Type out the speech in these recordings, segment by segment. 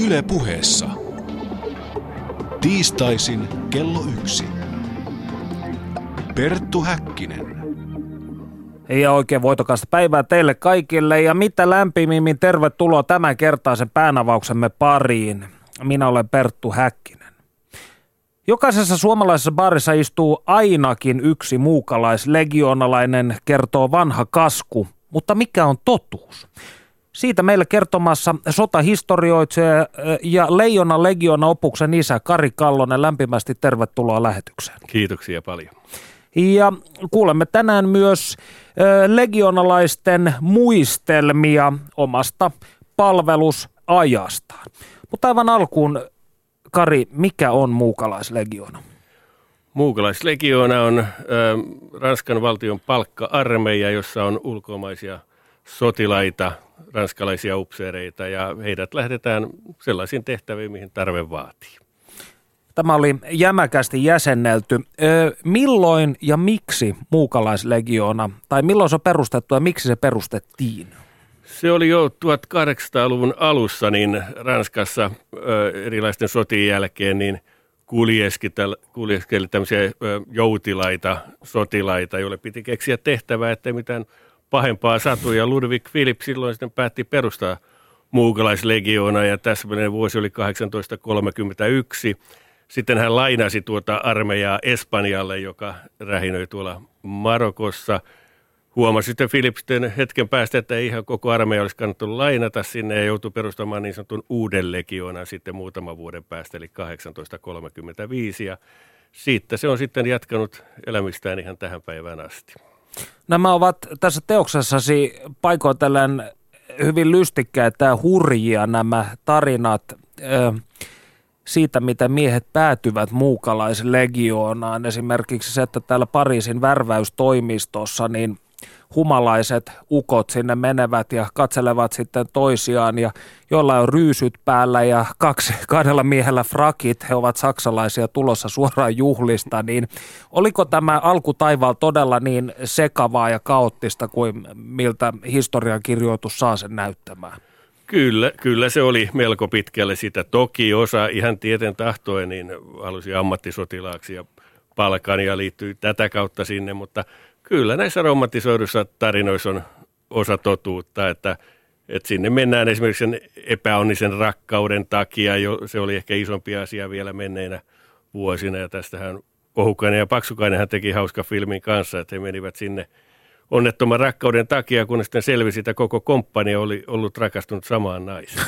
Yle Puheessa. Tiistaisin kello 1. Perttu Häkkinen. Ja oikein voitokasta päivää teille kaikille ja mitä lämpimimmin tervetuloa tämän kertaisen päänavauksemme pariin. Minä olen Perttu Häkkinen. Jokaisessa suomalaisessa baarissa istuu ainakin yksi muukalaislegionalainen, kertoo vanha kasku, mutta mikä on totuus? Siitä meille kertomassa sotahistorioitsija ja Leijonan Legiona-opuksen isä Kari Kallonen. Lämpimästi tervetuloa lähetykseen. Kiitoksia paljon. Ja kuulemme tänään myös legionalaisten muistelmia omasta palvelusajastaan. Mutta aivan alkuun, Kari, mikä on muukalaislegiona? Muukalaislegiona on Ranskan valtion palkka-armeija, jossa on ulkomaisia sotilaita, ranskalaisia upseereita, ja heidät lähdetään sellaisiin tehtäviin, mihin tarve vaatii. Tämä oli jämäkästi jäsennelty. Milloin ja miksi muukalaislegiona, tai milloin se on perustettu ja miksi se perustettiin? Se oli jo 1800-luvun alussa niin Ranskassa erilaisten sotien jälkeen niin kuljeskeli tämmöisiä joutilaita, sotilaita, joille piti keksiä tehtävää, ettei mitään pahempaa satu. Ja Ludwig Philipp silloin sitten päätti perustaa muukalaislegioona, ja tässä vuosi oli 1831. Sitten hän lainasi tuota armeijaa Espanjalle, joka rähinöi tuolla Marokossa. Huomasi sitten Philipp sitten hetken päästä, että ei ihan koko armeija olisi kannattanut lainata sinne, ja joutui perustamaan niin sanotun uuden legioonan sitten muutaman vuoden päästä, eli 1835. Ja siitä se on sitten jatkanut elämistään ihan tähän päivään asti. Nämä ovat tässä teoksessasi paikoitellen hyvin lystikkäitä ja hurjia nämä tarinat siitä, miten miehet päätyvät muukalaislegioonaan. Esimerkiksi se, että täällä Pariisin värväystoimistossa niin humalaiset ukot sinne menevät ja katselevat sitten toisiaan, ja jollain on ryysyt päällä ja kahdella miehellä frakit, he ovat saksalaisia tulossa suoraan juhlista, niin oliko tämä alkutaivaalla todella niin sekavaa ja kaoottista kuin miltä historiankirjoitus saa sen näyttämään? Kyllä se oli melko pitkälle sitä. Toki osa ihan tieten tahtoen niin halusi ammattisotilaaksi ja palkan ja liittyi tätä kautta sinne, mutta kyllä näissä romantisoiduissa tarinoissa on osa totuutta, että sinne mennään esimerkiksi sen epäonnisen rakkauden takia, se oli ehkä isompi asia vielä menneinä vuosina, ja tästähän Ohukainen ja Paksukainenhan teki hauska filmin kanssa, että he menivät sinne onnettoman rakkauden takia, kun sitten selvisi, että koko komppania oli ollut rakastunut samaan naiseen.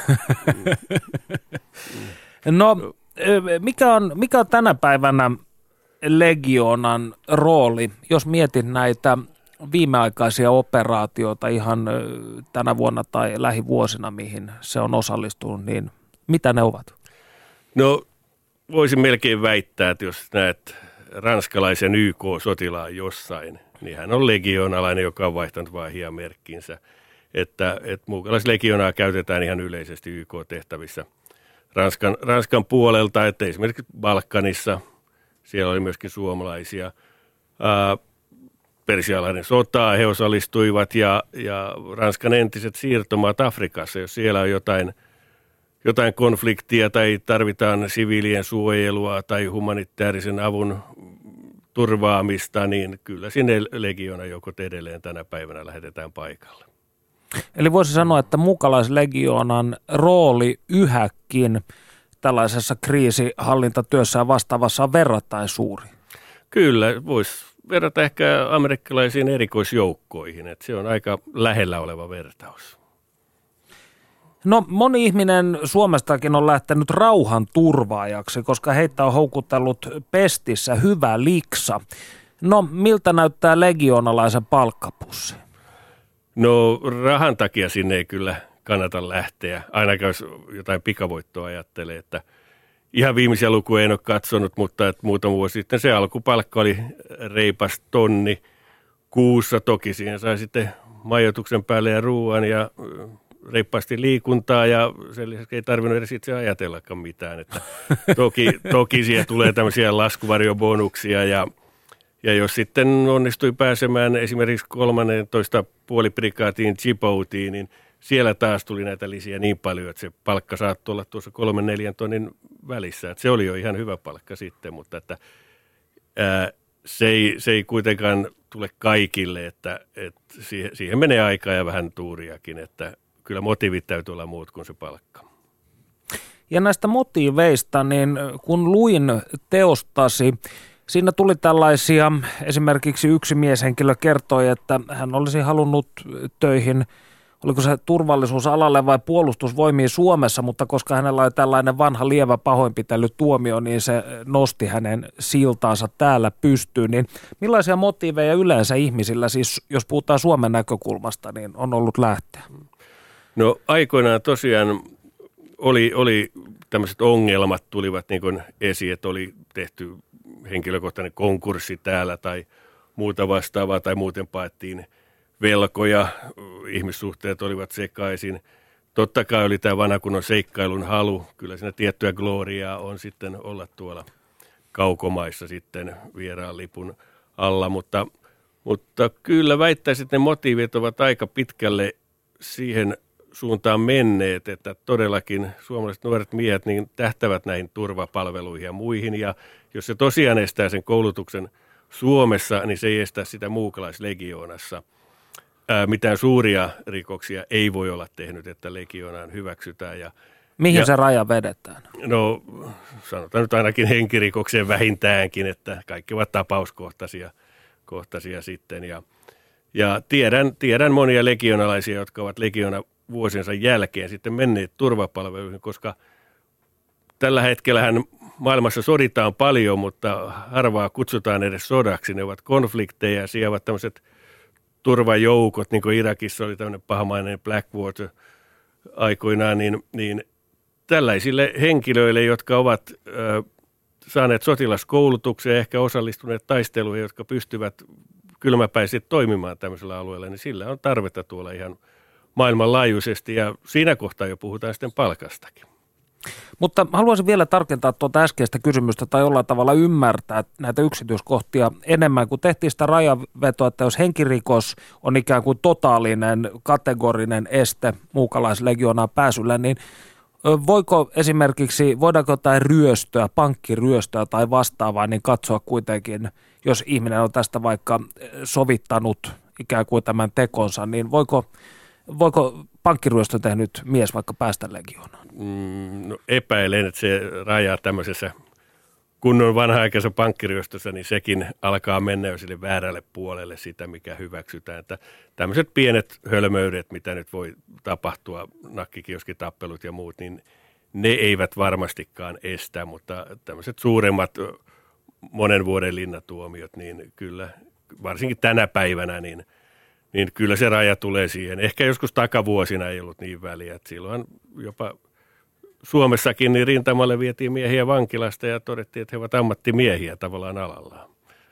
No, mikä on tänä päivänä legionan rooli, jos mietit näitä viimeaikaisia operaatioita ihan tänä vuonna tai lähivuosina, mihin se on osallistunut, niin mitä ne ovat? No, voisin melkein väittää, että jos näet ranskalaisen YK-sotilaan jossain, niin hän on legionalainen, joka on vaihtanut vaan hiemerkkinsä. Että muukalaislegionaa käytetään ihan yleisesti YK-tehtävissä Ranskan puolelta, että esimerkiksi Balkanissa siellä oli myöskin suomalaisia. Persialainen sotaa he osallistuivat, ja Ranskan entiset siirtomaat Afrikassa, jos siellä on jotain konfliktia tai tarvitaan siviilien suojelua tai humanitaarisen avun turvaamista, niin kyllä sinne legionajoukot edelleen tänä päivänä lähetetään paikalle. Eli voisi sanoa, että muukalaislegionan rooli yhäkin tällaisessa kriisihallintatyössä ja vastaavassa on verrattain suuri. Kyllä, voisi verrata ehkä amerikkalaisiin erikoisjoukkoihin, että se on aika lähellä oleva vertaus. No, moni ihminen Suomestakin on lähtenyt rauhan turvaajaksi, koska heitä on houkutellut pestissä hyvä liksa. No, miltä näyttää legionalaisen palkkapussi? No, rahan takia sinne ei kyllä kannata lähteä. Ainakaan jos jotain pikavoittoa ajattelee, että ihan viimeisiä lukuja en ole katsonut, mutta että muutama vuosi sitten se alkupalkka oli reipas tonni kuussa. Toki siihen sai sitten majoituksen päälle ja ruoan ja reippaasti liikuntaa, ja sen lisäksi ei tarvinnut edes itse ajatellakaan mitään. Että toki siihen tulee tämmöisiä laskuvarjobonuksia, ja jos sitten onnistui pääsemään esimerkiksi 13 puoliprikaatiin Djiboutiin, niin siellä taas tuli näitä lisiä niin paljon, että se palkka saattoi olla tuossa 3-4 tonnin välissä. Että se oli jo ihan hyvä palkka sitten, mutta että, se ei kuitenkaan tule kaikille, että siihen menee aikaa ja vähän tuuriakin, että kyllä motiivit täytyy olla muut kuin se palkka. Ja näistä motiiveista, niin kun luin teostasi, siinä tuli tällaisia, esimerkiksi yksi mieshenkilö kertoi, että hän olisi halunnut töihin, oliko se turvallisuusalalle vai puolustusvoimiin Suomessa, mutta koska hänellä oli tällainen vanha lievä pahoinpitelytuomio, niin se nosti hänen siltaansa täällä pystyyn. Niin millaisia motiiveja yleensä ihmisillä, siis jos puhutaan Suomen näkökulmasta, niin on ollut lähteä? No aikoinaan tosiaan oli tämmöiset ongelmat tulivat niin kuin esiin, että oli tehty henkilökohtainen konkurssi täällä tai muuta vastaavaa tai muuten paettiin velkoja, ihmissuhteet olivat sekaisin. Totta kai oli tämä vanha kunnon seikkailun halu, kyllä siinä tiettyä gloriaa on sitten olla tuolla kaukomaissa sitten vieraan lipun alla, mutta kyllä väittäisin, että ne motiivit ovat aika pitkälle siihen suuntaan menneet, että todellakin suomalaiset nuoret miehet niin tähtävät näihin turvapalveluihin ja muihin, ja jos se tosiaan estää sen koulutuksen Suomessa, niin se ei estä sitä muukalaislegioonassa. Mitään suuria rikoksia ei voi olla tehnyt, että legioonaan hyväksytään. Mihin se raja vedetään? No sanotaan nyt ainakin henkirikokseen vähintäänkin, että kaikki ovat tapauskohtaisia sitten. Ja tiedän monia legionalaisia, jotka ovat legiona vuosiensa jälkeen sitten menneet turvapalveluihin, koska tällä hetkellähän maailmassa soditaan paljon, mutta harvaa kutsutaan edes sodaksi. Ne ovat konflikteja ja siellä ovat tämmöiset turvajoukot, niin kuin Irakissa oli tämmöinen pahamainen Blackwater aikoinaan, niin tällaisille henkilöille, jotka ovat saaneet sotilaskoulutuksia ja ehkä osallistuneet taisteluihin, jotka pystyvät kylmäpäisesti toimimaan tämmöisellä alueella, niin sillä on tarvetta tuolla ihan maailmanlaajuisesti ja siinä kohtaa jo puhutaan sitten palkastakin. Mutta haluaisin vielä tarkentaa tuota äskeistä kysymystä tai jollain tavalla ymmärtää näitä yksityiskohtia enemmän, kun tehtiin sitä rajanvetoa, että jos henkirikos on ikään kuin totaalinen, kategorinen este muukalaislegioonaan pääsyllä, niin voidaanko jotain ryöstöä, pankkiryöstöä tai vastaavaa, niin katsoa kuitenkin, jos ihminen on tästä vaikka sovittanut ikään kuin tämän tekonsa, niin voiko pankkiryöstö tehnyt mies vaikka päästä legioonaan? No epäilen, että se raja tämmöisessä kunnon vanha-aikaisessa pankkiryöstössä, niin sekin alkaa mennä jo sille väärälle puolelle sitä, mikä hyväksytään. Että tämmöiset pienet hölmöydet, mitä nyt voi tapahtua, nakkikioskitappelut ja muut, niin ne eivät varmastikaan estä, mutta tämmöiset suuremmat monen vuoden linnatuomiot, niin kyllä varsinkin tänä päivänä, niin kyllä se raja tulee siihen. Ehkä joskus takavuosina ei ollut niin väliä, että silloin jopa Suomessakin niin rintamalle vietiin miehiä vankilasta ja todettiin, että he ovat ammattimiehiä tavallaan alallaan.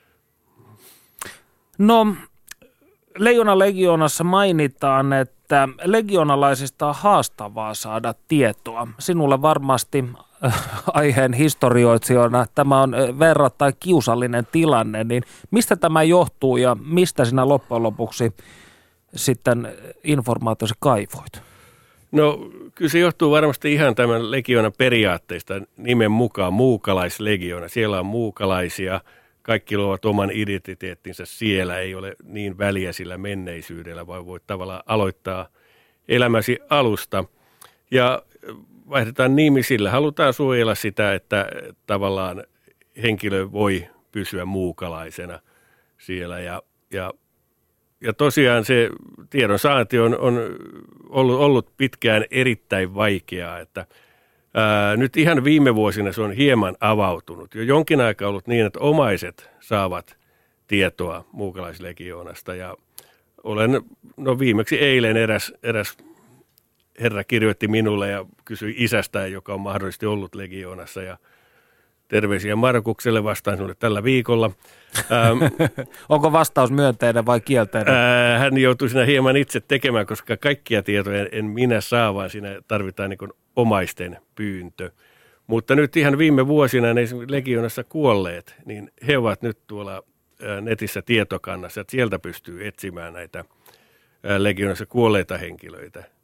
No, Leijona-legioonassa mainitaan, että legionalaisista on haastavaa saada tietoa. Sinulle varmasti aiheen historioitsijana tämä on verrattain kiusallinen tilanne, niin mistä tämä johtuu ja mistä sinä loppujen lopuksi sitten informaatiosi kaivoit? No kyllä se johtuu varmasti ihan tämän legioonan periaatteista nimen mukaan muukalaislegioona. Siellä on muukalaisia, kaikki luovat oman identiteettinsä siellä, ei ole niin väliä sillä menneisyydellä, vaan voit tavallaan aloittaa elämäsi alusta. Ja vaihdetaan nimi sillä. Halutaan suojella sitä, että tavallaan henkilö voi pysyä muukalaisena siellä. Ja tosiaan se tiedon saanti on ollut pitkään erittäin vaikeaa, että nyt ihan viime vuosina se on hieman avautunut. Jo jonkin aikaa ollut niin, että omaiset saavat tietoa muukalaislegioonasta ja viimeksi eilen eräs herra kirjoitti minulle ja kysyi isästään, joka on mahdollisesti ollut legioonassa ja terveisiä Markukselle, vastaan sinulle tällä viikolla. Onko vastaus myönteinen vai kielteinen? Hän joutui siinä hieman itse tekemään, koska kaikkia tietoja en minä saa, vaan siinä tarvitaan niin kuin omaisten pyyntö. Mutta nyt ihan viime vuosina ne legioonassa kuolleet, niin he ovat nyt tuolla netissä tietokannassa, että sieltä pystyy etsimään näitä legioonassa kuolleita henkilöitä.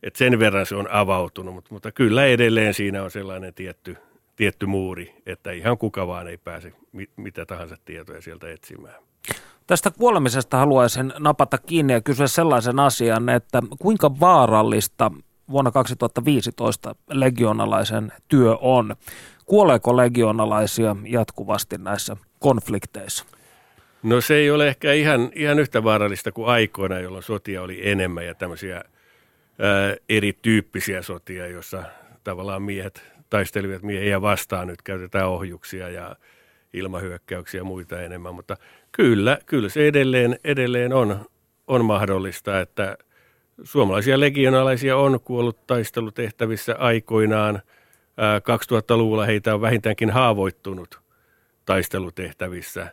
että sen verran se on avautunut, mutta kyllä edelleen siinä on sellainen tietty muuri, että ihan kuka vaan ei pääse mitä tahansa tietoja sieltä etsimään. Tästä kuolemisesta haluaisin napata kiinni ja kysyä sellaisen asian, että kuinka vaarallista vuonna 2015 legionalaisen työ on? Kuoleeko legionalaisia jatkuvasti näissä konflikteissa? No se ei ole ehkä ihan yhtä vaarallista kuin aikoina, jolloin sotia oli enemmän ja tämmöisiä erityyppisiä sotia, joissa tavallaan miehet taistelivat miehiä vastaan. Nyt käytetään ohjuksia ja ilmahyökkäyksiä ja muita enemmän, mutta kyllä se edelleen on mahdollista, että suomalaisia legionalaisia on kuollut taistelutehtävissä aikoinaan. 2000-luvulla heitä on vähintäänkin haavoittunut taistelutehtävissä.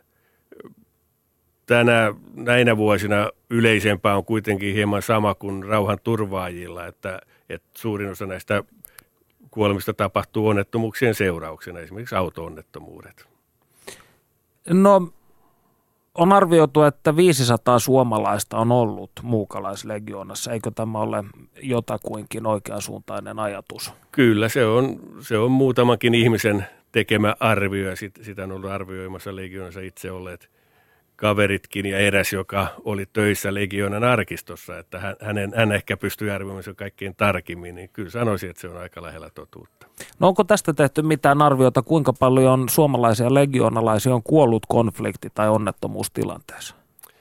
Näinä vuosina yleisempää on kuitenkin hieman sama kuin rauhan turvaajilla, että suurin osa näistä kuolemista tapahtuu onnettomuuksien seurauksena, esimerkiksi auto-onnettomuudet. No, on arvioitu, että 500 suomalaista on ollut muukalaislegioonassa. Eikö tämä ole jotakuinkin oikeansuuntainen ajatus? Kyllä, se on muutamankin ihmisen tekemä arvio ja sitä on ollut arvioimassa legioonassa itse olleet kaveritkin ja eräs, joka oli töissä legioonan arkistossa, että hän ehkä pystyy arvioimaan sen kaikkein tarkimmin, niin kyllä sanoisin, että se on aika lähellä totuutta. No onko tästä tehty mitään arviota, kuinka paljon suomalaisia legioonalaisia on kuollut konflikti- tai onnettomuustilanteessa?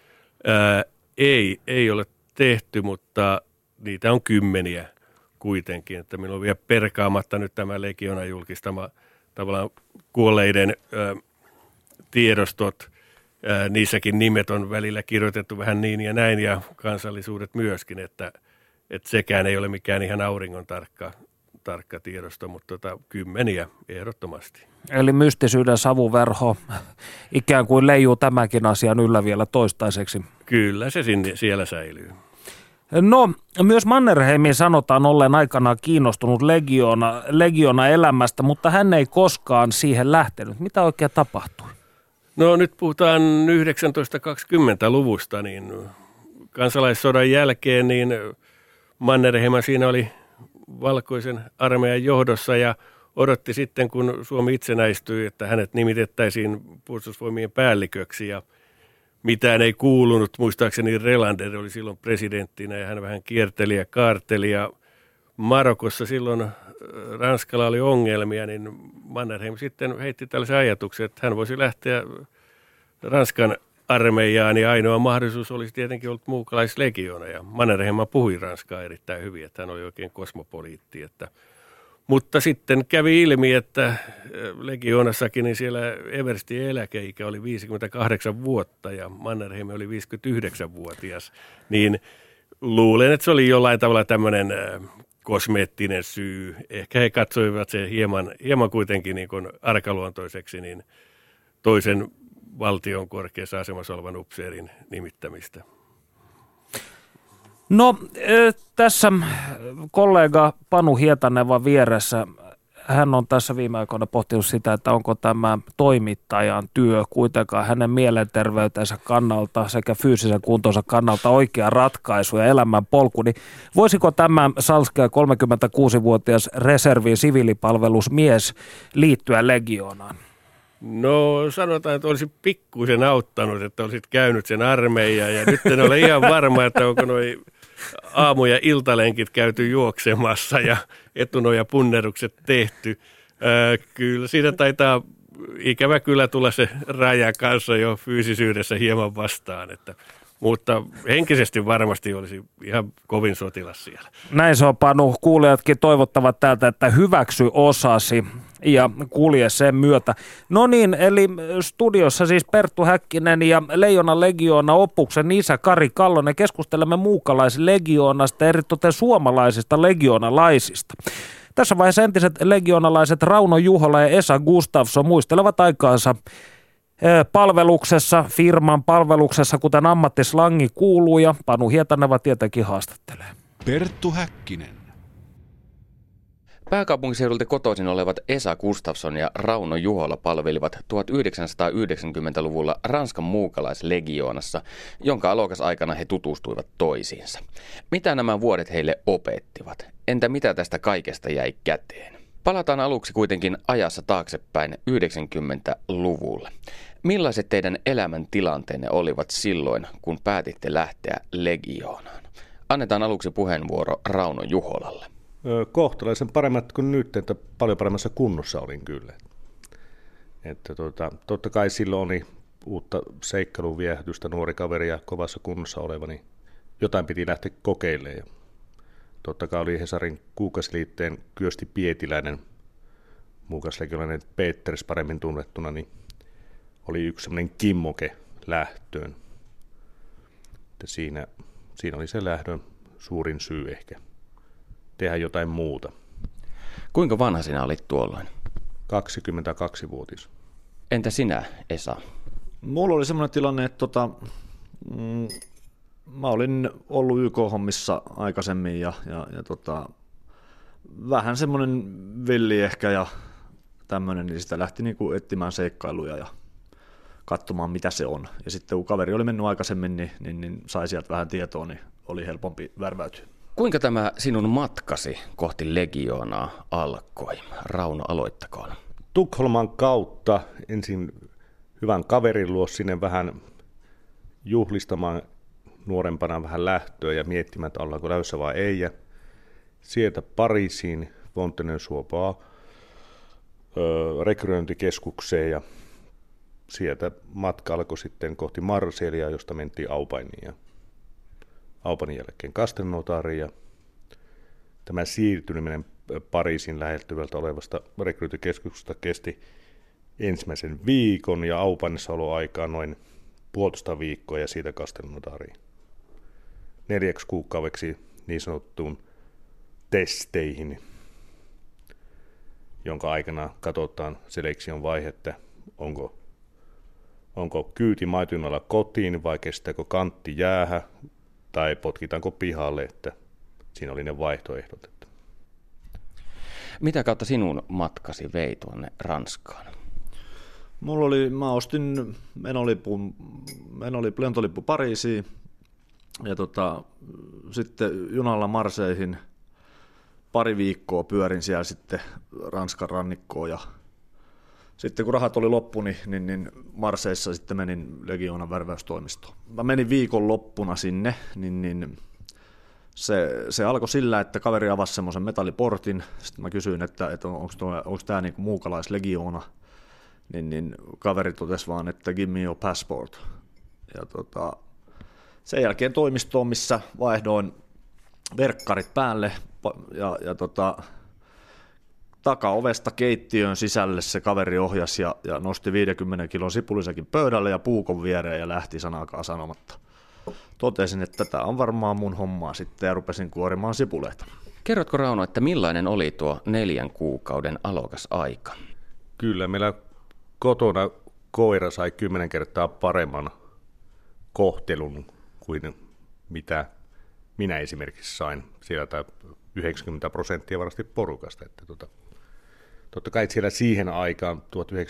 Ei ole tehty, mutta niitä on kymmeniä kuitenkin, että minulla on vielä perkaamatta nyt tämä legioonan julkistama tavallaan kuolleiden tiedostot. Niissäkin nimet on välillä kirjoitettu vähän niin ja näin ja kansallisuudet myöskin, että sekään ei ole mikään ihan auringon tarkka tiedosto, mutta kymmeniä ehdottomasti. Eli mystisyyden savuverho ikään kuin leijuu tämänkin asian yllä vielä toistaiseksi. Kyllä se siellä säilyy. No, myös Mannerheimin sanotaan olleen aikanaan kiinnostunut legiona elämästä, mutta hän ei koskaan siihen lähtenyt. Mitä oikein tapahtui? No nyt puhutaan 1920-luvusta, niin kansalaissodan jälkeen niin Mannerheim siinä oli valkoisen armeijan johdossa ja odotti sitten, kun Suomi itsenäistyi, että hänet nimitettäisiin puolustusvoimien päälliköksi ja mitään ei kuulunut. Muistaakseni Relander oli silloin presidenttinä ja hän vähän kierteli ja kaarteli ja Marokossa silloin Ranskalla oli ongelmia, niin Mannerheim sitten heitti tällaisen ajatuksen, että hän voisi lähteä Ranskan armeijaan ja ainoa mahdollisuus olisi tietenkin ollut muukalaislegioona ja Mannerheim puhui ranskaa erittäin hyvin, että hän oli oikein kosmopoliitti. Mutta sitten kävi ilmi, että legioonassakin niin siellä everstin eläkeikä oli 58 vuotta ja Mannerheim oli 59-vuotias, niin luulen, että se oli jollain tavalla tämmöinen kosmeettinen syy. Ehkä he katsoivat se hieman kuitenkin niin kuin arkaluontoiseksi niin toisen valtion korkeassa asemassa olevan upseerin nimittämistä. No tässä kollega Panu Hietaneva vieressä, hän on tässä viime aikoina pohtinut sitä, että onko tämä toimittajan työ kuitenkaan hänen mielenterveytensä kannalta sekä fyysisen kuntonsa kannalta oikea ratkaisu ja elämän polku. Niin voisiko tämä Salskea 36-vuotias reservin siviilipalvelusmies liittyä legioonaan? No sanotaan, että olisi pikkuisen auttanut, että olisit käynyt sen armeijan ja nyt en ole ihan varma, että onko noi aamu- ja iltalenkit käyty juoksemassa ja etunojapunnerukset tehty. Kyllä siitä taitaa ikävä kyllä tulla se raja kanssa jo fyysisyydessä hieman vastaan, mutta henkisesti varmasti olisi ihan kovin sotilas siellä. Näin se on, Panu. Kuulijatkin toivottavat täältä, että hyväksy osasi ja kulje sen myötä. No niin, eli studiossa siis Perttu Häkkinen ja Leijonan legioona Opuksen isä Kari Kallonen. Keskustelemme muukalaislegioonasta, eritoten suomalaisista legioonalaisista. Tässä vaiheessa entiset legioonalaiset Rauno Juhola ja Esa Gustafsson muistelevat aikaansa palveluksessa, firman palveluksessa, kuten ammattislangi kuuluu, ja Panu Hietaneva tietenkin haastattelee. Perttu Häkkinen. Pääkaupunkiseudulta kotoisin olevat Esa Gustafsson ja Rauno Juhola palvelivat 1990-luvulla Ranskan muukalaislegioonassa, jonka alokasaikana he tutustuivat toisiinsa. Mitä nämä vuodet heille opettivat? Entä mitä tästä kaikesta jäi käteen? Palataan aluksi kuitenkin ajassa taaksepäin 90-luvulle. Millaiset teidän elämäntilanteenne olivat silloin, kun päätitte lähteä legioonaan? Annetaan aluksi puheenvuoro Rauno Juholalle. Kohtalaisen paremmat kuin nyt, että paljon paremmassa kunnossa olin kyllä. Että totta kai silloin oli uutta seikkailuviehätystä, nuori kaveri ja kovassa kunnossa oleva, niin jotain piti lähteä kokeilemaan. Ja totta kai oli Hesarin Kuukasliitteen Kyösti Pietiläinen, muukaslegiolainen Peters paremmin tunnettuna, niin oli yksi semmoinen kimmoke lähtöön. Että siinä oli se lähdön suurin syy ehkä. Tehdä jotain muuta. Kuinka vanha sinä olit tuolloin? 22-vuotias. Entä sinä, Esa? Mulla oli semmoinen tilanne, että mä olin ollut YK-hommissa aikaisemmin ja vähän semmoinen villi ehkä ja tämmöinen, niin sitä lähti niinku etsimään seikkailuja ja katsomaan mitä se on. Ja sitten kun kaveri oli mennyt aikaisemmin, niin sai sieltä vähän tietoa, niin oli helpompi värväytyä. Kuinka tämä sinun matkasi kohti legioonaa alkoi? Rauno, aloittakoon. Tukholman kautta ensin hyvän kaverin luo sinne vähän juhlistamaan nuorempana vähän lähtöä ja miettimään, että ollaanko lähdössä vai ei. Ja sieltä Pariisiin, Fontenay-sous-Bois rekrytointikeskukseen ja sieltä matka alkoi sitten kohti Marseillia, josta mentiin Aubainiin ja Aubainin jälkeen Castelnaudariin ja tämä siirtyminen Pariisin lähettyvältä olevasta rekrytointikeskuksesta kesti ensimmäisen viikon ja Aubainissa aikaa noin 1,5 viikkoa ja siitä Castelnaudariin 4 kuukaudeksi niin sanottuun testeihin, jonka aikana katsotaan selektion vaihetta, onko kyyti maitujunalla kotiin vai kestääkö kantti jäähä tai potkitaanko pihalle, että siinä oli ne vaihtoehdot. Mitä kautta sinun matkasi vei tuonne Ranskaan? Mä ostin lentolippu Pariisiin ja sitten junalla Marseihin pari viikkoa pyörin siellä sitten Ranskan rannikkoon ja sitten kun rahat oli loppu, niin Marseissa sitten menin Legioonan värväystoimistoon. Mä menin viikon loppuna sinne, niin se alkoi sillä, että kaveri avasi semmoisen metalliportin. Sitten mä kysyin, että onko tämä niinku muukalaislegioona. Niin kaveri totesi vaan, että give me your passport. Ja sen jälkeen toimistoon, missä vaihdoin verkkarit päälle ja takaovesta keittiön sisälle se kaveri ohjasi ja nosti 50 kilon sipulisäkin pöydälle ja puukon viereen ja lähti sanakaan sanomatta. Totesin, että tämä on varmaan mun hommaa sitten ja rupesin kuorimaan sipuleita. Kerrotko Rauno, että millainen oli tuo 4 kuukauden alokas aika? Kyllä, meillä kotona koira sai 10 kertaa paremman kohtelun kuin mitä minä esimerkiksi sain sieltä 90% varasti porukasta. Että totta kai siellä siihen aikaan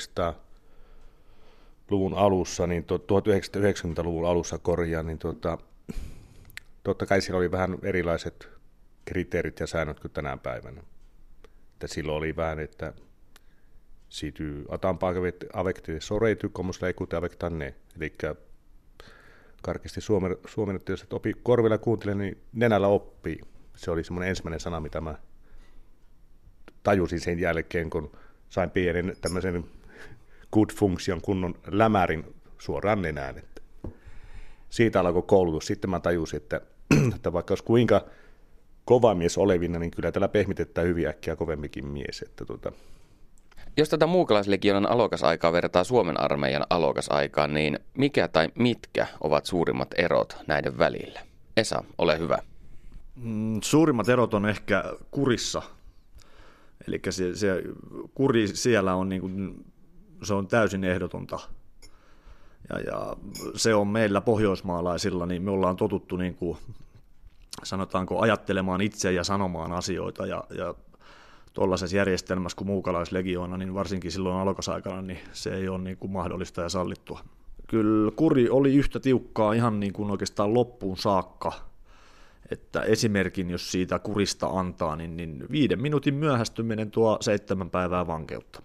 1900-luvun alussa, niin 1990-luvun alussa niin totta kai siellä oli vähän erilaiset kriteerit ja säännöt kuin tänä päivänä. Että silloin oli vähän, että si tu attends pas avec tes oreilles, tu commences à écouter avec ta nez. Eli karkeasti suomennettu, jos et opi korvilla kuuntele, niin nenällä oppii. Se oli semmoinen ensimmäinen sana, mitä mä tajusin sen jälkeen, kun sain pienen tämmöisen good function kunnon lämärin suoraan nenään. Että siitä alkoi koulutus. Sitten mä tajusin, että vaikka olisi kuinka kova mies olevina, niin kyllä täällä pehmitetään hyvin äkkiä kovemmikin mies. Että Jos tätä muukalaislegionan alokasaikaa vertaa Suomen armeijan alokasaikaan, niin mikä tai mitkä ovat suurimmat erot näiden välillä? Esa, ole hyvä. Suurimmat erot on ehkä kurissa. Eli se kuri siellä on, se on täysin ehdotonta. Ja se on meillä pohjoismaalaisilla, niin me ollaan totuttu sanotaanko ajattelemaan itse ja sanomaan asioita ja tuollaisessa järjestelmässä kuin muukalaislegioona, niin varsinkin silloin alokasaikana, niin se ei ole niin kuin mahdollista ja sallittua. Kyllä kuri oli yhtä tiukkaa ihan niin kuin oikeastaan loppuun saakka, että esimerkin, jos siitä kurista antaa, niin 5 minuutin myöhästyminen tuo 7 päivää vankeutta.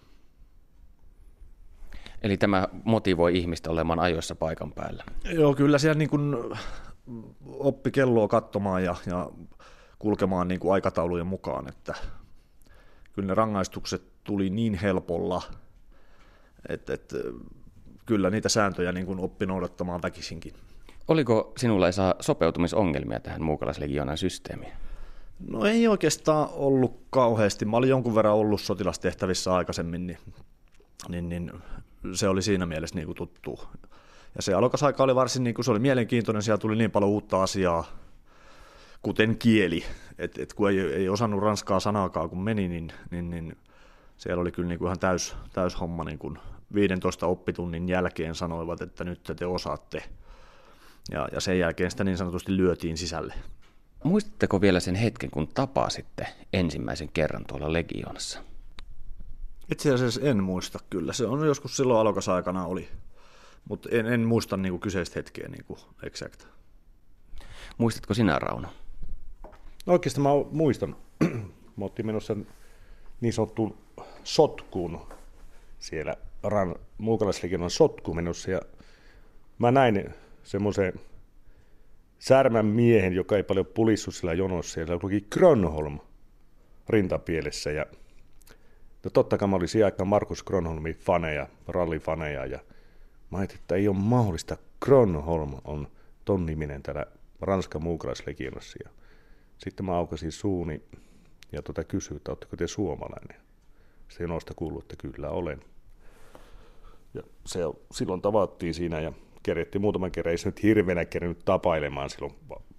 Eli tämä motivoi ihmistä olemaan ajoissa paikan päällä. Joo, kyllä siellä niin kuin oppi kelloa katsomaan ja kulkemaan niin kuin aikataulujen mukaan, että kyllä ne rangaistukset tuli niin helpolla, että kyllä niitä sääntöjä niin kuin oppi noudattamaan väkisinkin. Oliko sinulla Esa sopeutumisongelmia tähän muukalaislegioonan systeemiin? No ei oikeastaan ollut kauheasti. Mä olin jonkun verran ollut sotilastehtävissä aikaisemmin, niin se oli siinä mielessä niin kuin tuttu. Ja se alokasaika oli varsin niin kuin, se oli mielenkiintoinen, siellä tuli niin paljon uutta asiaa, kuten kieli. Et kun ei osannut ranskaa sanaakaan kun meni, niin siellä oli kyllä niin kuin ihan täys homma. Niin kuin 15 oppitunnin jälkeen sanoivat, että nyt te osaatte. Ja sen jälkeen sitä niin sanotusti lyötiin sisälle. Muistatteko vielä sen hetken, kun tapasitte ensimmäisen kerran tuolla legioonassa? Itse asiassa en muista kyllä. Se on joskus silloin alokasaikana oli, mutta en muista niin kuin kyseistä hetkeä niin kuin exact. Muistatko sinä, Rauno? No oikeastaan mä muistan. Mä oltiin menossa niin sanottuun sotkuun siellä muukalaislegionan sotkuun menossa ja mä näin semmoisen särmän miehen, joka ei paljon pulissut sillä jonossa. Siellä luki Grönholm rintapielessä. Ja no totta kai mä olin siinä aikaan Markus Grönholmin faneja, rallifaneja. Ja mä ajattelin, että ei ole mahdollista. Grönholm on ton niminen täällä Ranskan muukalaislegionassa. Ja sitten mä aukasin suuni ja kysyin, että ootteko te suomalainen. Sitten jonosta kuului, että kyllä olen. Ja silloin tavattiin siinä ja kerettiin muutaman kerran, ei se nyt hirveänä kerennyt tapailemaan silloin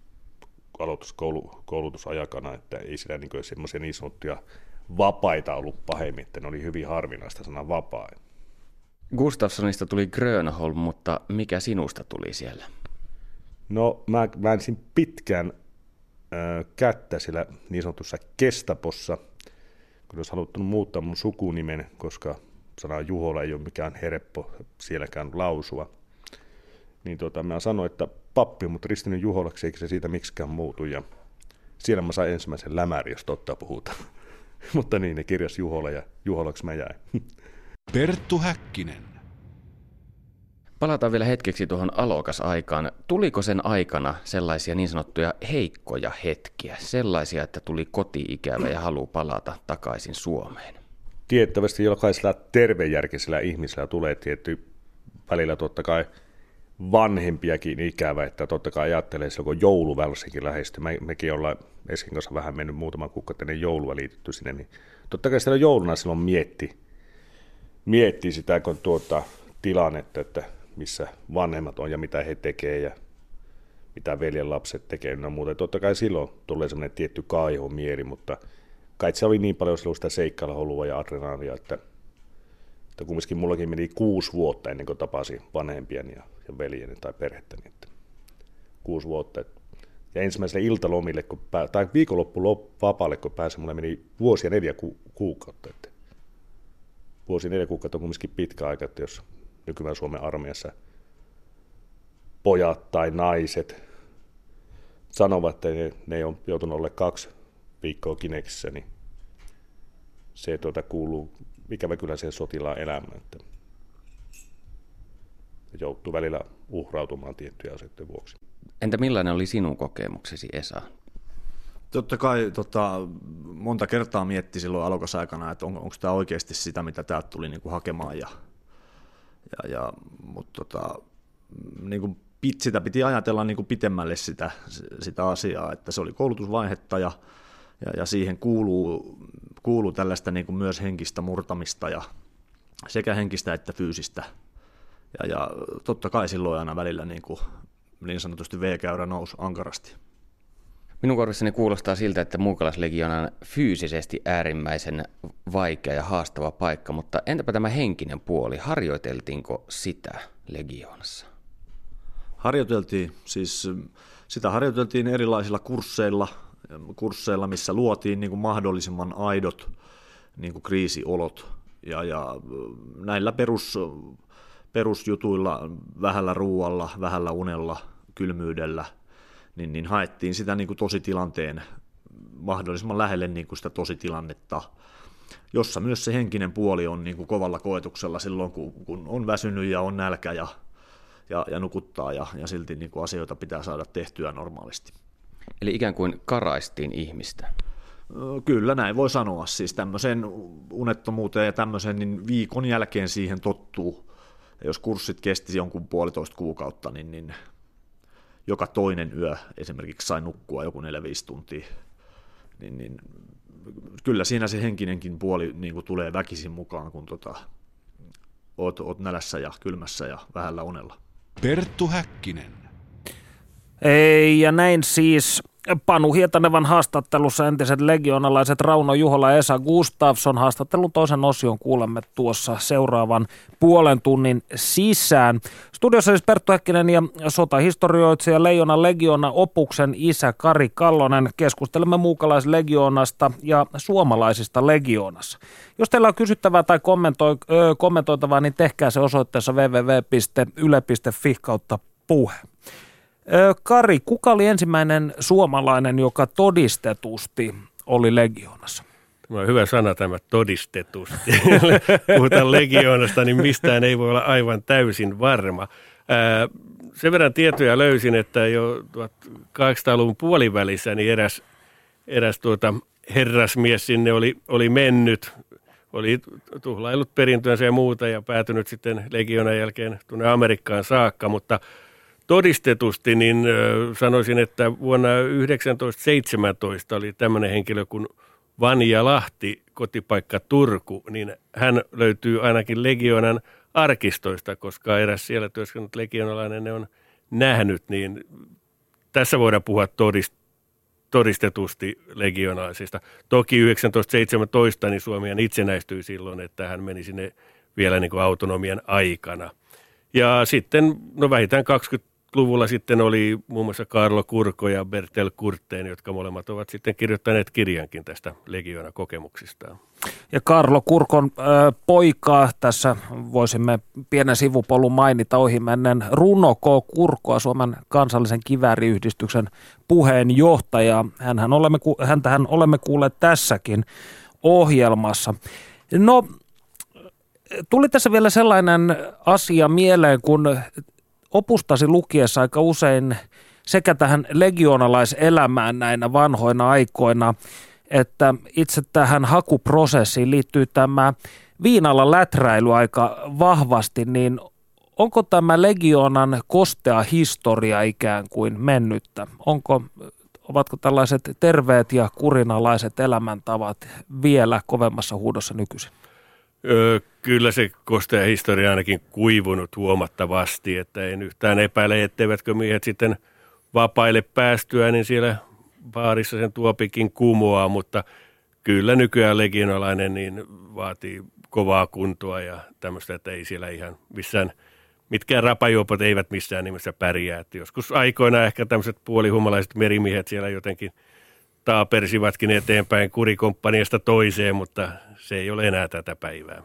aloituskoulutusajakana, että ei siinä niin semmoisia niin sanottuja vapaita ollut pahemmin, että ne oli hyvin harvinaista sana vapaa. Gustafssonista tuli Grönholm, mutta mikä sinusta tuli siellä? No mä väänsin pitkään kättä siellä niin sanotussa Gestapossa, kun olisi haluttu muuttaa mun sukunimen, koska sana Juhola ei ole mikään helppo sielläkään lausua. Niin mä sanoin, että pappi on mut ristinyt Juholaksi, eikä se siitä miksikään muutu. Ja siellä mä sain ensimmäisen lämärin, jos totta puhutaan. Mutta niin, ne kirjas Juhola ja Juholaksi mä jäin. Perttu Häkkinen. Palataan vielä hetkeksi tuohon alokasaikaan. Tuliko sen aikana sellaisia niin sanottuja heikkoja hetkiä, sellaisia, että tuli koti-ikävä ja halu palata takaisin Suomeen? Tiettävästi jokaisella tervejärkisellä ihmisellä tulee tietty välillä totta kai vanhempiakin ikävä, että totta kai ajattelee silloin, kun joulu varsinkin lähestyy. Mekin ollaan Eskin kanssa vähän mennyt muutaman kuukauden ennen joulua liitetty sinne, niin totta kai siellä jouluna silloin miettii sitä, kun tilannetta, että missä vanhemmat on ja mitä he tekee ja mitä veljen lapset tekee ja muuta. Totta kai silloin tulee semmoinen tietty kaihomieli, mutta kai se oli niin paljon silloin sitä seikkailua ja adrenaalia, että kumminkin mullakin meni 6 vuotta ennen kuin tapasin vanhempiani ja veljeni tai perhettäni. Että 6 vuotta. Ja ensimmäiselle iltalomille, tai viikonloppu vapaalle, kun pääsin, mulle meni vuosia 4 kuukautta. Että vuosi 4 kuukautta on kumminkin pitkä aika, että jos nykyään Suomen armeijassa pojat tai naiset sanovat, että ne on joutunut olemaan 2 viikkoa Kineksissä, niin se kuuluu ikävä kyllä siihen sotilaan elämään, että joutuu välillä uhrautumaan tiettyjä asioiden vuoksi. Entä millainen oli sinun kokemuksesi, Esa? Totta kai monta kertaa mietti silloin alokasaikana, että onko tämä oikeasti sitä, mitä täältä tuli niin kuin hakemaan. Mutta niin kuin sitä piti ajatella niin kuin pitemmälle sitä asiaa, että se oli koulutusvaihetta ja siihen kuuluu tällaista niin kuin myös henkistä murtamista ja sekä henkistä että fyysistä. Ja totta kai silloin aina välillä niin sanotusti V-käyrä nousi ankarasti. Minun korvissani kuulostaa siltä, että muukalaislegioona on fyysisesti äärimmäisen vaikea ja haastava paikka, mutta entäpä tämä henkinen puoli? Harjoiteltiinko sitä legioonassa? Harjoiteltiin, siis sitä harjoiteltiin erilaisilla kursseilla, missä luotiin niin kuin mahdollisimman niin kuin kriisiolot. Ja näillä perusjutuilla, vähällä ruualla, vähällä unella, kylmyydellä, niin haettiin sitä niin kuin tositilanteen mahdollisimman lähelle niin kuin sitä tositilannetta, jossa myös se henkinen puoli on niin kuin kovalla koetuksella silloin, kun on väsynyt ja on nälkä ja nukuttaa ja silti niin kuin asioita pitää saada tehtyä normaalisti. Eli ikään kuin karaistiin ihmistä. Kyllä näin voi sanoa. Siis tämmöiseen unettomuuteen ja tämmöiseen niin viikon jälkeen siihen tottuu. Ja jos kurssit kesti jonkun 1,5 kuukautta, niin joka toinen yö esimerkiksi sai nukkua joku 4-5 tuntia. Niin kyllä siinä se henkinenkin puoli niin kuin tulee väkisin mukaan, kun oot nälässä ja kylmässä ja vähällä unella. Perttu Häkkinen. Ei, ja näin siis Panu Hietanevan haastattelussa entiset legionalaiset Rauno Juhola ja Esa Gustafsson. Haastattelun toisen osion kuulemme tuossa seuraavan puolen tunnin sisään. Studiossa siis Perttu Häkkinen ja sotahistorioitsija Leijonan Legiona Opuksen isä Kari Kallonen. Keskustelemme muukalaislegioonasta ja suomalaisista legioonassa. Jos teillä on kysyttävää tai kommentoitavaa, niin tehkää se osoitteessa www.yle.fi/puhe. Kari, kuka oli ensimmäinen suomalainen, joka todistetusti oli legioonassa? Tämä on hyvä sana tämä todistetusti. Puhutaan legioonasta, niin mistään ei voi olla aivan täysin varma. Sen verran tietoja löysin, että jo 1800-luvun puolivälissä niin eräs herrasmies sinne oli mennyt, oli tuhlaillut perintönsä ja muuta ja päätynyt sitten legioonan jälkeen tuonne Amerikkaan saakka, mutta todistetusti niin sanoisin, että vuonna 1917 oli tämmöinen henkilö kuin Vanja Lahti, kotipaikka Turku, niin hän löytyy ainakin legionan arkistoista, koska eräs siellä työskennellyt legionalainen ne on nähnyt, niin tässä voidaan puhua todistetusti legionalaisista. Toki 1917 niin Suomi itsenäistyi silloin, että hän meni sinne vielä niin kuin autonomian aikana. Ja sitten vähintään 20-luvulla sitten oli muun muassa Kaarlo Kurko ja Bertel Kurteen, jotka molemmat ovat sitten kirjoittaneet kirjankin tästä legioona kokemuksistaan. Ja Kaarlo Kurkon poikaa, tässä voisimme pienen sivupolun mainita ohimennen Runo K. Kurkoa, Suomen kansallisen kivääriyhdistyksen puheenjohtaja. Häntähän olemme kuulleet tässäkin ohjelmassa. No, tuli tässä vielä sellainen asia mieleen, kun opustasi lukiessa aika usein sekä tähän legionalaiselämään näinä vanhoina aikoina, että itse tähän hakuprosessiin liittyy tämä viinalla läträily aika vahvasti, niin onko tämä legionan kostea historia ikään kuin mennyttä? Ovatko tällaiset terveet ja kurinalaiset elämäntavat vielä kovemmassa huudossa nykyisin? Kyllä se kostea historia ainakin kuivunut huomattavasti, että en yhtään epäile, etteivätkö miehet sitten vapaille päästyä, niin siellä baarissa sen tuopikin kumoaa, mutta kyllä nykyään legionalainen niin vaatii kovaa kuntoa ja tämmöistä, että ei siellä ihan missään, mitkään rapajuopot eivät missään nimessä pärjää. Että joskus aikoina ehkä tämmöiset puolihumalaiset merimiehet siellä jotenkin taapersivatkin eteenpäin kurikomppaniasta toiseen, mutta se ei ole enää tätä päivää.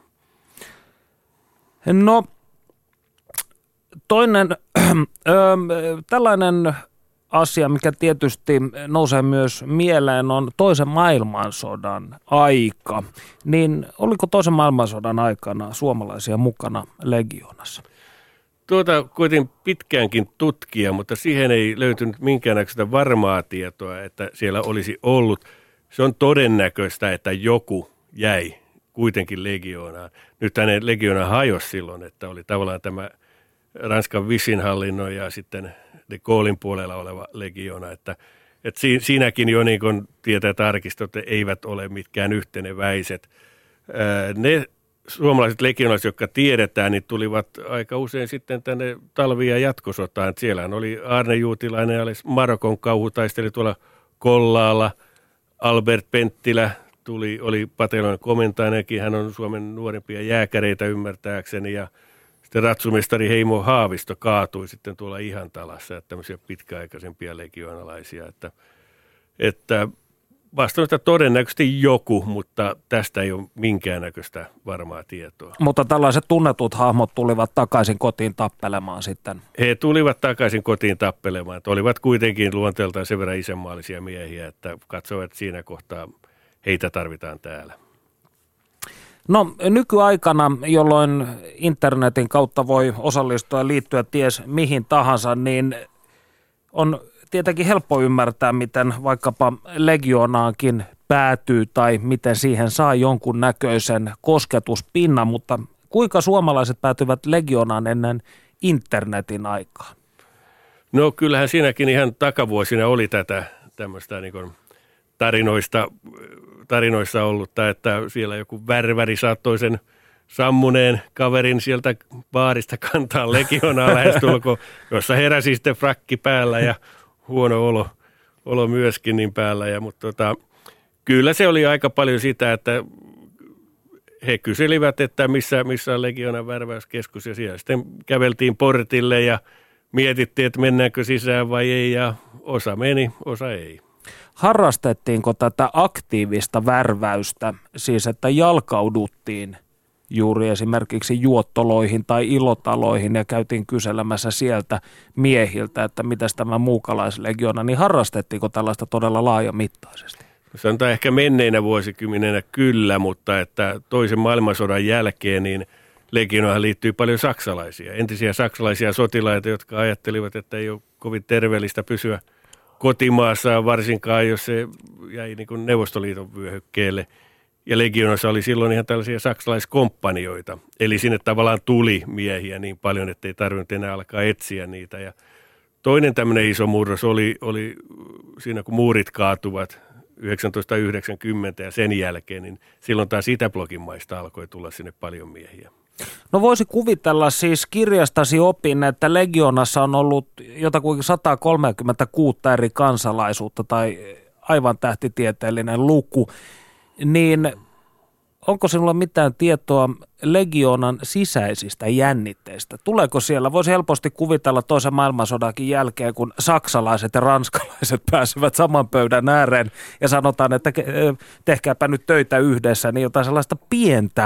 No, toinen tällainen asia, mikä tietysti nousee myös mieleen, on toisen maailmansodan aika. Niin oliko toisen maailmansodan aikana suomalaisia mukana legioonassa? Koitin pitkäänkin tutkia, mutta siihen ei löytynyt minkäännäköistä varmaa tietoa, että siellä olisi ollut. Se on todennäköistä, että joku jäi kuitenkin legioonaan. Nyt hänen legioona hajosi silloin, että oli tavallaan tämä Ranskan Vichy-hallinnon ja sitten de Gaullen puolella oleva legioona, että siinäkin jo niin kuin tietää tarkistot eivät ole mitkään yhteneväiset. Ne suomalaiset legionalaiset, jotka tiedetään, niin tulivat aika usein sitten tänne talvi- ja jatkosotaan. Siellähän oli Arne Juutilainen ja Marokon kauhutaisteli tuolla Kollaalla. Albert Penttilä oli pataljonan komentajakin, hän on Suomen nuorimpia jääkäreitä ymmärtääkseni, ja sitten ratsumestari Heimo Haavisto kaatui sitten tuolla Ihantalassa, että tämmöisiä pitkäaikaisempia legionalaisia, että vastannut, että todennäköisesti joku, mutta tästä ei ole minkäännäköistä varmaa tietoa. Mutta tällaiset tunnetut hahmot tulivat takaisin kotiin tappelemaan sitten. He tulivat takaisin kotiin tappelemaan, että olivat kuitenkin luonteeltaan sen verran isänmaallisia miehiä, että katsoivat, että siinä kohtaa heitä tarvitaan täällä. No nykyaikana, jolloin internetin kautta voi osallistua ja liittyä ties mihin tahansa, niin on tietenkin helppo ymmärtää, miten vaikkapa Legioonaankin päätyy tai miten siihen saa jonkun näköisen kosketuspinnan, mutta kuinka suomalaiset päätyvät Legioonaan ennen internetin aikaa? No kyllähän siinäkin ihan takavuosina oli tätä tämmöistä niin kuin tarinoissa ollutta, että siellä joku värväri saattoi sen sammuneen kaverin sieltä baarista kantaa Legioonaa lähestulkoon, jossa heräsi sitten frakki päällä ja huono olo myöskin niin päällä. Mutta kyllä se oli aika paljon sitä, että he kyselivät, että missä on Legioonan värväyskeskus ja siellä sitten käveltiin portille ja mietittiin, että mennäänkö sisään vai ei ja osa meni, osa ei. Harrastettiinko tätä aktiivista värväystä, siis että jalkauduttiin juuri esimerkiksi juottoloihin tai ilotaloihin ja käytiin kyselemässä sieltä miehiltä, että mitäs tämä muukalaislegioona, niin harrastettiinko tällaista todella laajamittaisesti? Sanotaan ehkä menneinä vuosikymmeninä kyllä, mutta että toisen maailmansodan jälkeen niin Legioonaan liittyy paljon saksalaisia, entisiä saksalaisia sotilaita, jotka ajattelivat, että ei ole kovin terveellistä pysyä kotimaassaan, varsinkaan jos se jäi niin kuin Neuvostoliiton vyöhykkeelle. Ja Legioonassa oli silloin ihan tällaisia saksalaiskompanioita. Eli sinne tavallaan tuli miehiä niin paljon, että ei tarvinnut enää alkaa etsiä niitä. Ja toinen tämmöinen iso murros oli siinä, kun muurit kaatuvat 1990 ja sen jälkeen, niin silloin taas Itäblokin maista alkoi tulla sinne paljon miehiä. No voisi kuvitella siis kirjastasi opin, että Legioonassa on ollut jotakuinkin 136 eri kansalaisuutta tai aivan tähtitieteellinen luku, niin onko sinulla mitään tietoa Legioonan sisäisistä jännitteistä? Tuleeko siellä, voisi helposti kuvitella toisen maailmansodankin jälkeen, kun saksalaiset ja ranskalaiset pääsevät saman pöydän ääreen ja sanotaan, että tehkääpä nyt töitä yhdessä, niin jotain sellaista pientä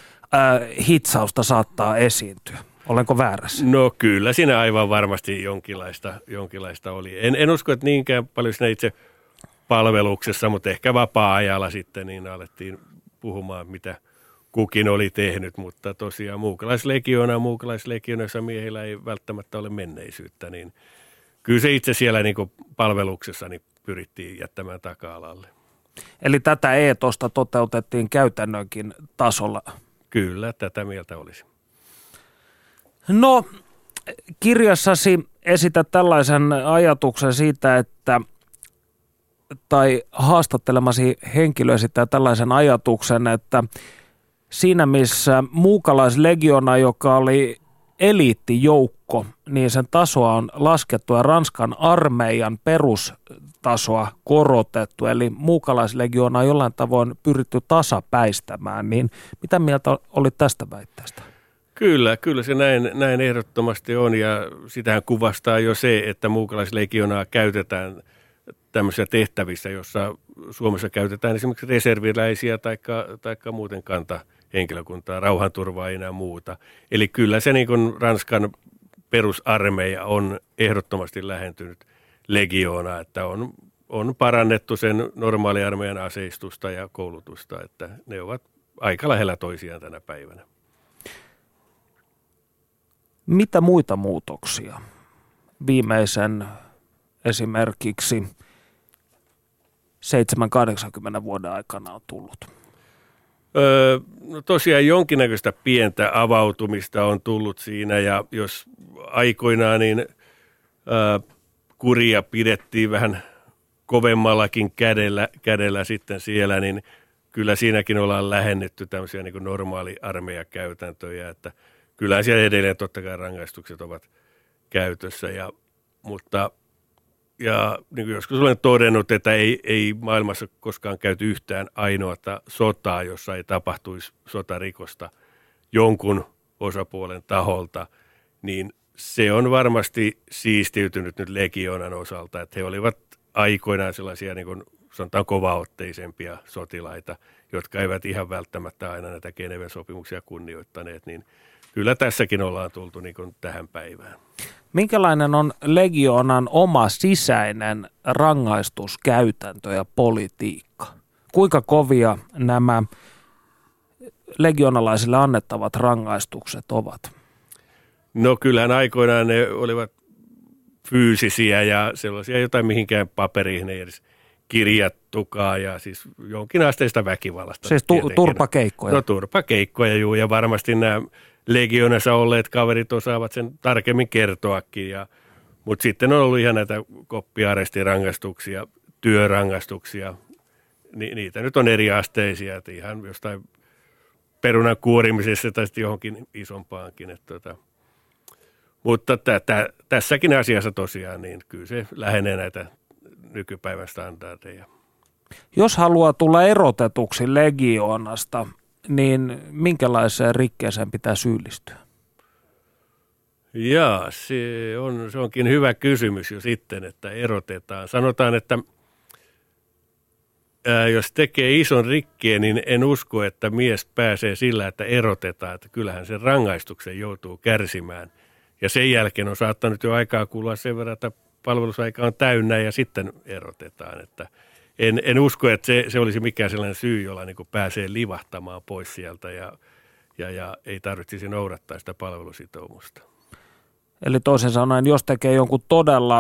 hitsausta saattaa esiintyä. Olenko väärässä? No kyllä, siinä aivan varmasti jonkinlaista oli. En usko, että niinkään paljon siinä itse palveluksessa, mutta ehkä vapaa-ajalla sitten niin alettiin puhumaan, mitä kukin oli tehnyt, mutta tosiaan muukalaislegioonassa miehillä ei välttämättä ole menneisyyttä, niin kyllä se itse siellä niin kuin palveluksessa niin pyrittiin jättämään taka-alalle. Eli tätä eetosta toteutettiin käytännönkin tasolla. Kyllä, tätä mieltä olisi. No, kirjassasi esität tällaisen ajatuksen siitä, että tai haastattelemasi henkilö esittää tällaisen ajatuksen, että siinä missä muukalaislegiona, joka oli eliittijoukko, niin sen tasoa on laskettu ja Ranskan armeijan perustasoa korotettu, eli muukalaislegiona on jollain tavoin pyritty tasapäistämään, niin mitä mieltä olit tästä väitteestä? Kyllä se näin ehdottomasti on ja sitähän kuvastaa jo se, että muukalaislegionaa käytetään tämmöisissä tehtävissä, jossa Suomessa käytetään esimerkiksi reserviläisiä tai muuten kantahenkilökuntaa, rauhanturvaajia ja muuta. Eli kyllä se niin kuin Ranskan perusarmeija on ehdottomasti lähentynyt legioonaa, että on parannettu sen normaaliarmeijan aseistusta ja koulutusta, että ne ovat aika lähellä toisiaan tänä päivänä. Mitä muita muutoksia viimeisen esimerkiksi 7-80 vuoden aikana on tullut? No tosiaan jonkinnäköistä pientä avautumista on tullut siinä ja jos aikoinaan niin kuria pidettiin vähän kovemmallakin kädellä sitten siellä, niin kyllä siinäkin ollaan lähennetty tämmöisiä niin kuin normaali-armeijakäytäntöjä, että kyllä siellä edelleen totta kai rangaistukset ovat käytössä, mutta niin kuin joskus olen todennut, että ei maailmassa koskaan käyty yhtään ainoata sotaa, jossa ei tapahtuisi sotarikosta jonkun osapuolen taholta, niin se on varmasti siistiytynyt nyt Legioonan osalta, että he olivat aikoinaan sellaisia niin kuin sanotaan kovaotteisempia sotilaita, jotka eivät ihan välttämättä aina näitä Geneven sopimuksia kunnioittaneet, niin kyllä tässäkin ollaan tultu niin kuin tähän päivään. Minkälainen on legioonan oma sisäinen rangaistuskäytäntö ja politiikka? Kuinka kovia nämä legionalaisille annettavat rangaistukset ovat? No kyllähän aikoinaan ne olivat fyysisiä ja sellaisia jotain mihinkään paperiin ei edes kirjattukaan ja siis jonkinasteista väkivallasta. Siis turpakeikkoja? No turpakeikkoja, juu, ja varmasti nämä legionassa olleet kaverit osaavat sen tarkemmin kertoakin, mutta sitten on ollut ihan näitä koppiarestirangaistuksia, työrangaistuksia, niitä nyt on eri asteisia, että ihan jostain perunan kuorimisessa tai sitten johonkin isompaankin. Mutta tässäkin asiassa tosiaan, niin kyllä se lähenee näitä nykypäivän standardeja. Jos haluaa tulla erotetuksi legioonasta, niin minkälaiseen rikkeeseen pitää syyllistyä? Jaa, se onkin hyvä kysymys jo sitten, että erotetaan. Sanotaan, että jos tekee ison rikkeen, niin en usko, että mies pääsee sillä, että erotetaan. Että kyllähän sen rangaistuksen joutuu kärsimään. Ja sen jälkeen on saattanut jo aikaa kulua sen verran, että palvelusaika on täynnä ja sitten erotetaan. Että en usko, että se olisi mikään sellainen syy, jolla niin kuin pääsee livahtamaan pois sieltä ja ei tarvitsisi noudattaa sitä palvelusitoumusta. Eli toisin sanoen, jos tekee jonkun todella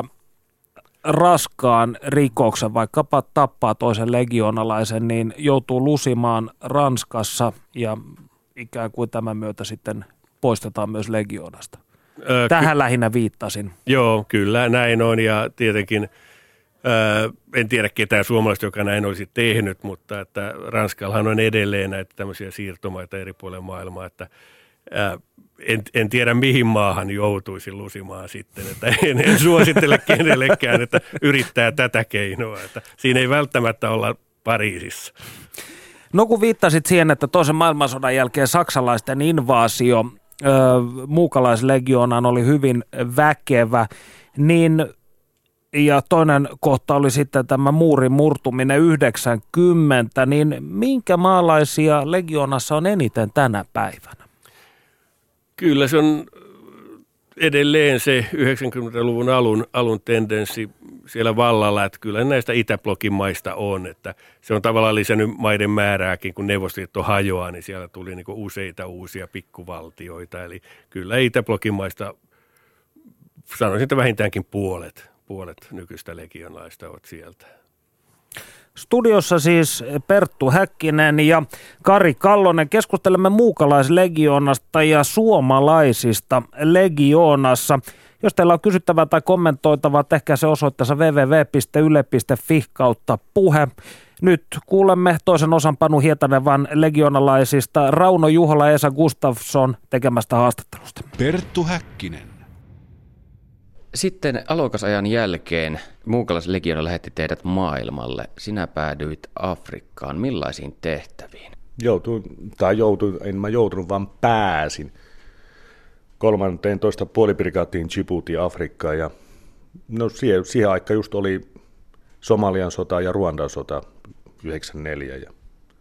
raskaan rikoksen, vaikkapa tappaa toisen legionalaisen, niin joutuu lusimaan Ranskassa ja ikään kuin tämän myötä sitten poistetaan myös legioonasta. Tähän lähinnä viittasin. Joo, kyllä näin on ja tietenkin en tiedä ketään suomalaista, joka näin olisi tehnyt, mutta että Ranskallahan on edelleen näitä tämmöisiä siirtomaita eri puolilla maailmaa, että en tiedä mihin maahan joutuisi lusimaan sitten, että en suosittele kenellekään, että yrittää tätä keinoa, että siinä ei välttämättä olla Pariisissa. No kun viittasit siihen, että toisen maailmansodan jälkeen saksalaisten invaasio muukalaislegioonaan oli hyvin väkevä, niin ja toinen kohta oli sitten tämä muurin murtuminen 90, niin minkä maalaisia legioonassa on eniten tänä päivänä? Kyllä se on edelleen se 90-luvun alun tendenssi siellä vallalla, että kyllä näistä Itäblokin maista on, että se on tavallaan lisännyt maiden määrääkin, kun Neuvostoliitto hajoaa, niin siellä tuli niin kuin useita uusia pikkuvaltioita, eli kyllä Itäblokin maista sanoisin, että vähintäänkin puolet nykyistä legionalaista ovat sieltä. Studiossa siis Perttu Häkkinen ja Kari Kallonen. Keskustelemme muukalaislegioonasta ja suomalaisista legioonassa. Jos teillä on kysyttävää tai kommentoitavaa, tehkää se osoitteessa www.yle.fi/puhe. Nyt kuulemme toisen osan Panu Hietanevan legionalaisista Rauno Juhola ja Esa Gustafsson tekemästä haastattelusta. Perttu Häkkinen. Sitten alokasajan jälkeen muukalaislegioona lähetti teidät maailmalle. Sinä päädyit Afrikkaan. Millaisiin tehtäviin? En mä joutunut, vaan pääsin 13. puolibrigaatiin Djibouti Afrikkaan. Ja no siihen aikaan just oli Somalian sota ja Ruandan sota 94 ja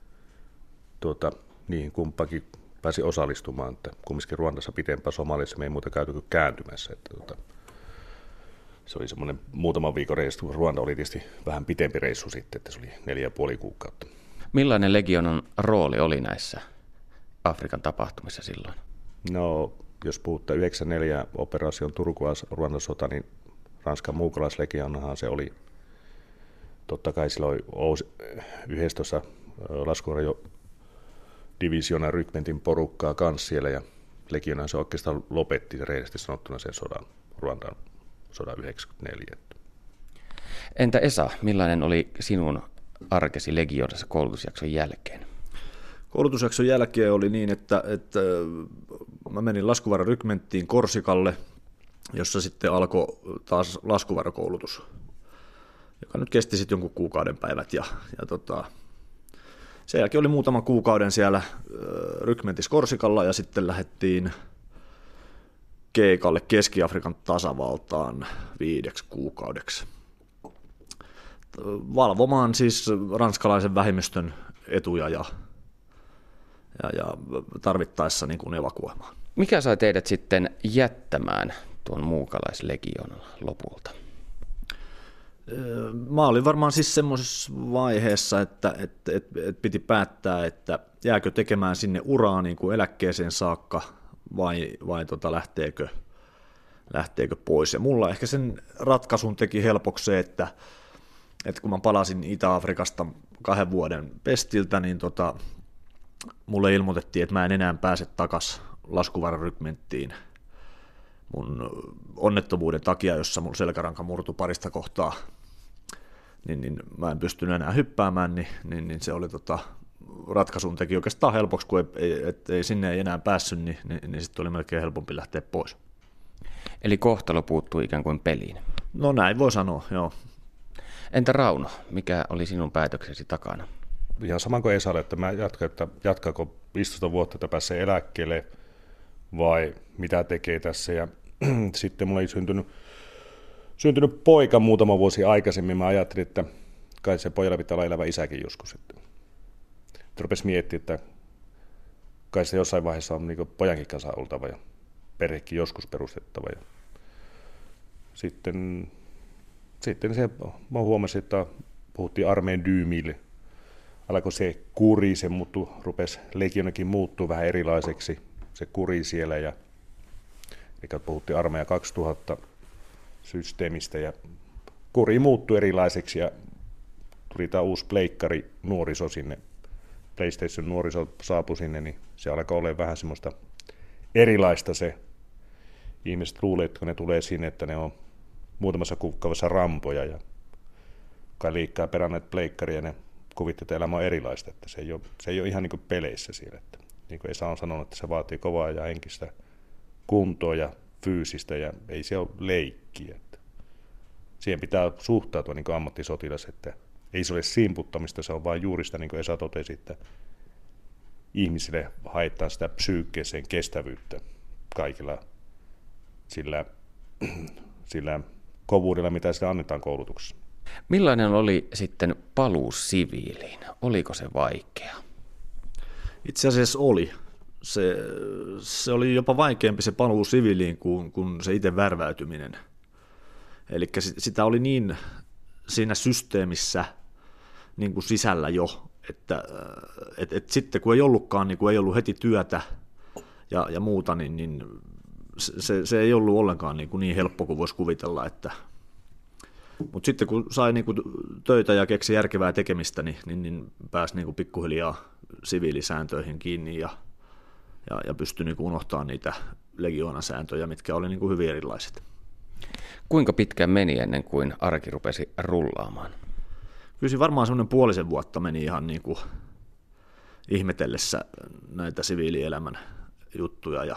niihin kumpakin pääsi osallistumaan. Että kumminkin Ruandassa pitempään, Somaliassa me ei muuta käyty kuin kääntymässä. Että se oli semmoinen muutaman viikon reissu. Ruanda oli tietysti vähän pitempi reissu sitten, että se oli 4,5 kuukautta. Millainen legionan rooli oli näissä Afrikan tapahtumissa silloin? No, jos puhutaan 94 operaation Turkuas-Ruandan sota, niin Ranskan muukalaislegionahan se oli, totta kai silloin 11 laskuvarjodivisionan rykmentin porukkaa kanssa siellä, ja legionahan se oikeastaan lopetti reilisti sanottuna sen sodan, Ruandan sodan 94. Entä Esa, millainen oli sinun arkesi legioonassa koulutusjakson jälkeen? Koulutusjakson jälkeen oli niin, että mä menin laskuvarjorykmenttiin Korsikalle, jossa sitten alkoi taas laskuvarjokoulutus, joka nyt kesti sitten jonkun kuukauden päivät. Ja sen jälkeen oli muutaman kuukauden siellä rykmentissä Korsikalla ja sitten lähdettiin keikalle Keski-Afrikan tasavaltaan 5 kuukaudeksi. valvomaan siis ranskalaisen vähemmistön etuja ja tarvittaessa niin kuin evakuoimaan. Mikä sai teidät sitten jättämään tuon muukalaislegioonan lopulta? Mä olin varmaan siis semmoisessa vaiheessa, että piti päättää, että jääkö tekemään sinne uraa niin kuin eläkkeeseen saakka vai lähteekö pois. Ja mulla ehkä sen ratkaisun teki helpoksi se, että kun mä palasin Itä-Afrikasta 2 vuoden pestiltä, niin mulle ilmoitettiin, että mä en enää pääse takaisin laskuvararykmenttiin mun onnettomuuden takia, jossa mun selkäranka murtui parista kohtaa, niin mä en pystynyt enää hyppäämään, niin se oli ratkaisun teki oikeastaan helpoksi, kun ei sinne ei enää päässyt, niin sitten oli melkein helpompi lähteä pois. Eli kohtalo puuttui ikään kuin peliin. No näin voi sanoa, joo. Entä Rauno, mikä oli sinun päätöksesi takana? Ihan sama kuin Esalle, että mä jatkaako 15 vuotta, että pääsee eläkkeelle vai mitä tekee tässä. Ja sitten mulla ei syntynyt poika muutama vuosi aikaisemmin. Mä ajattelin, että kai se pojalla pitää olla elävä isäkin joskus. Sitten rupesi miettimään, että kai se jossain vaiheessa on niin pojankin kanssa oltava ja perhekin joskus perustettava. Ja sitten mä huomasin, että puhuttiin armeen dyymille. Alkoi se kuri, se rupesi legionakin muuttua vähän erilaiseksi, se kuri siellä. Eli puhuttiin armeija 2000 systeemistä ja kuri muuttui erilaiseksi ja tuli tämä uusi pleikkari nuoriso sinne, PlayStation nuoriso saapui sinne, niin se alkoi olla vähän semmoista erilaista se. Ihmiset luulee, että kun ne tulee sinne, että ne on muutamassa kuukaudessa rampoja ja kai liikkaa peränneet pleikkaria ja ne kuvitteet, että elämä on erilaista, että se ei ole ihan niin kuin peleissä siellä. Että, niin kuin Esa on sanonut, että se vaatii kovaa ja henkistä kuntoa ja fyysistä ja ei se ole leikkiä. Että siihen pitää suhtautua niin kuin ammattisotilas, että ei se ole simputtamista, se on vain juuri sitä, niin kuin Esa totesi, että ihmisille haetaan sitä psyykkeeseen kestävyyttä kaikilla sillä kovuudella, mitä sitä annetaan koulutuksessa. Millainen oli sitten paluu siviiliin? Oliko se vaikea? Itse asiassa oli. Se oli jopa vaikeampi se paluu siviiliin kuin se itse värväytyminen. Eli sitä oli niin siinä systeemissä niin kuin sisällä jo, että sitten kun ei ollutkaan, niin kun ei ollut heti työtä ja muuta, niin se ei ollut ollenkaan niin helppo kuin voisi kuvitella, mutta sitten kun sai niin kuin töitä ja keksi järkevää tekemistä, niin pääsi niin kuin pikkuhiljaa siviilisääntöihin kiinni ja pystyi niin kuin unohtamaan niitä legioonasääntöjä, mitkä oli niin kuin hyvin erilaiset. Kuinka pitkään meni ennen kuin arki rupesi rullaamaan? Kyllä se varmaan semmoinen 5 vuotta meni ihan niin kuin ihmetellessä näitä siviilielämän juttuja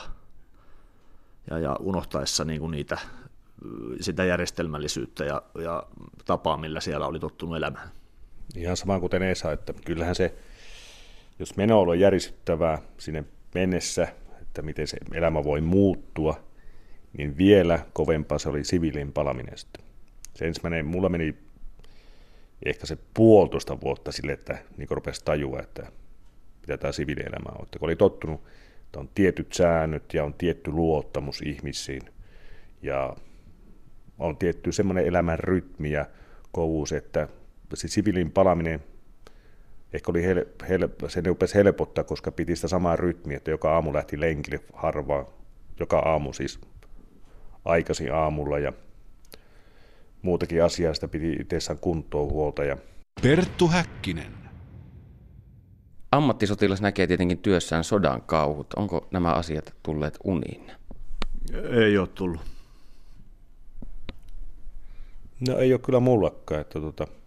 ja unohtaessa niin kuin sitä järjestelmällisyyttä ja tapaa, millä siellä oli tottunut elämään. Ihan sama kuten Esa, että kyllähän se, jos meno on järisyttävää sinne mennessä, että miten se elämä voi muuttua, niin vielä kovempaa se oli siviilin palaminen sitten. Se ensimmäinen, mulla meni ehkä se 1,5 vuotta sille, että niin rupesi tajua, että mitä tämä siviilielämä on. Että kun oli tottunut, että on tietyt säännöt ja on tietty luottamus ihmisiin ja on tietty semmoinen elämän rytmi ja kovuus, että se siviilin palaminen ehkä oli se rupesi helpottaa, koska piti sitä samaa rytmiä, että joka aamu lähti lenkille harvaan, joka aamu siis aikaisin aamulla ja muutakin asiaa sitä piti itsessään kuntoon huolta. Perttu Häkkinen. Ammattisotilas näkee tietenkin työssään sodan kauhut. Onko nämä asiat tulleet uniin? Ei ole tullut. No ei ole kyllä mullakaan, että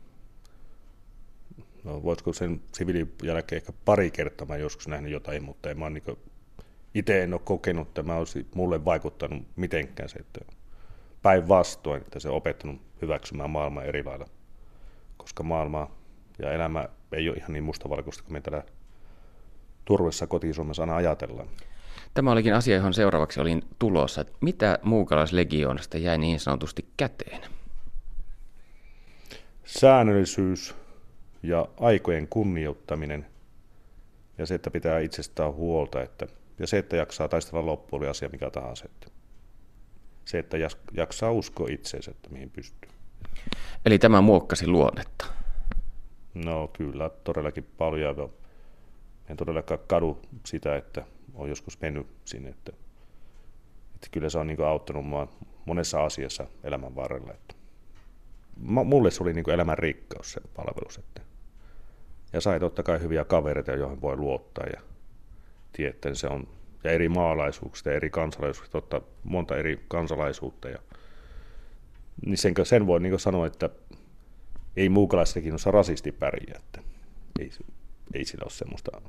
no, voisiko sen siviilin jälkeen ehkä 2 kertaa mä joskus nähnyt jotain, mutta en mä niin itse en ole kokenut, että mä olisi mulle vaikuttanut mitenkään se, että päinvastoin, että se on opettanut hyväksymään maailmaa eri lailla, koska maailma ja elämä ei ole ihan niin mustavalkoista kuin me täällä turvassa koti-Suomessa aina ajatellaan. Tämä olikin asia, johon seuraavaksi olin tulossa. Mitä muukalaislegioonasta jäi niin sanotusti käteen? säännöllisyys ja aikojen kunnioittaminen ja se, että pitää itsestään huolta. Ja se, että jaksaa taistella loppuun, oli asia mikä tahansa. Se, että jaksaa uskoa itseensä, että mihin pystyy. Eli tämä muokkasi luonnetta? No kyllä, todellakin paljon. En todellakaan kadu sitä, että olen joskus mennyt sinne. Että kyllä se on niin kuin auttanut minua monessa asiassa elämän varrella. Mulle se oli niin kuin elämän rikkaus se palvelus. Ja sai totta kai hyviä kavereita, joihin voi luottaa ja tietää, se on ja eri maalaisuuksista ja eri kansalaisuuksista, ottaa monta eri kansalaisuutta. Niin sen voi niin kuin sanoa, että ei muukalaisessakin osaa rasisti pärjää, että ei sillä ole semmoista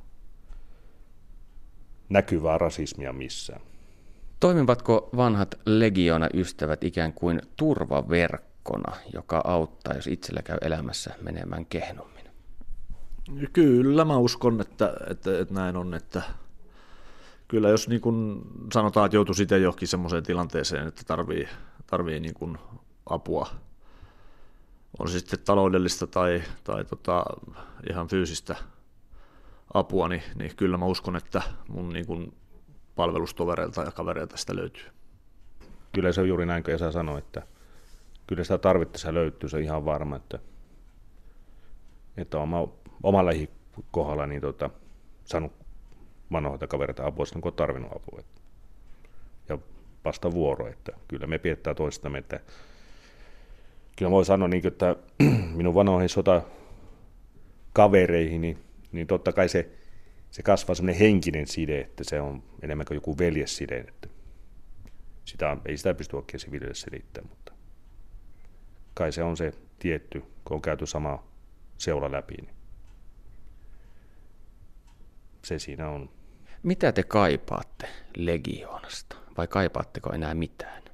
näkyvää rasismia missään. Toimivatko vanhat Legioona-ystävät ikään kuin turvaverkkona, joka auttaa, jos itsellä käy elämässä menemään kehnommin? Kyllä mä uskon, että näin on, että kyllä jos niin kuin sanotaan, että joutuu itse johonkin semmoiseen tilanteeseen, että tarvii niin kuin apua, on se sitten taloudellista tai ihan fyysistä apua, niin kyllä mä uskon, että mun niin kuin palvelustovereilta ja kavereilta sitä löytyy. Kyllä se on juuri näin, kuin Esa sanoi, että kyllä sitä tarvittaessa löytyy, se on ihan varma, että omalla lähikohdalla niin saanut vanhoilta kavereilta apua silloin, kun on tarvinnut apua. Ja vasta vuoro, että kyllä me pidetään toistamme, että kyllä voi sanoa, niin, että minun vanhoihin sotakavereihin, niin totta kai se kasvaa sellainen henkinen side, että se on enemmän kuin joku veljesside. Että ei sitä pysty oikein siviilille selittämään, mutta kai se on se tietty, kun on käyty sama seula läpi. Niin se siinä on. Mitä te kaipaatte Legioonasta vai kaipaatteko enää mitään?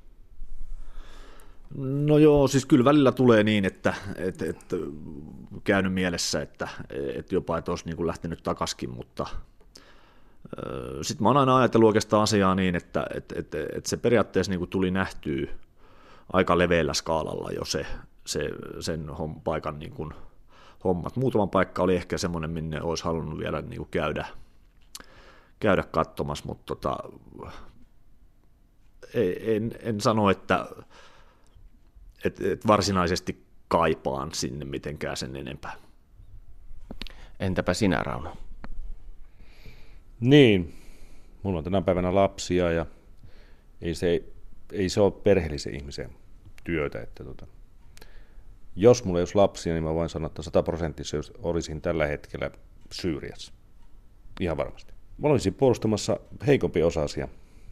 No joo, siis kyllä välillä tulee niin, että käynyt mielessä, että jopa et olisi niin kuin lähtenyt takaskin, mutta sitten mä oon aina ajatellut oikeastaan asiaa niin, että se periaatteessa niin kuin tuli nähtyä aika leveällä skaalalla jo sen paikan niin kuin hommat. Muutaman paikka oli ehkä semmoinen, minne olisi halunnut vielä niin kuin käydä katsomassa, mutta en sano, että varsinaisesti kaipaan sinne mitenkään sen enempää. Entäpä sinä, Rauno? Niin, mulla on tänä päivänä lapsia ja ei se ole perheellisen ihmisen työtä. Että jos mulla ei olisi lapsia, niin mä voin sanoa, että 100% olisin tällä hetkellä Syyriassa. Ihan varmasti. Mä olisin puolustamassa heikompia osasia.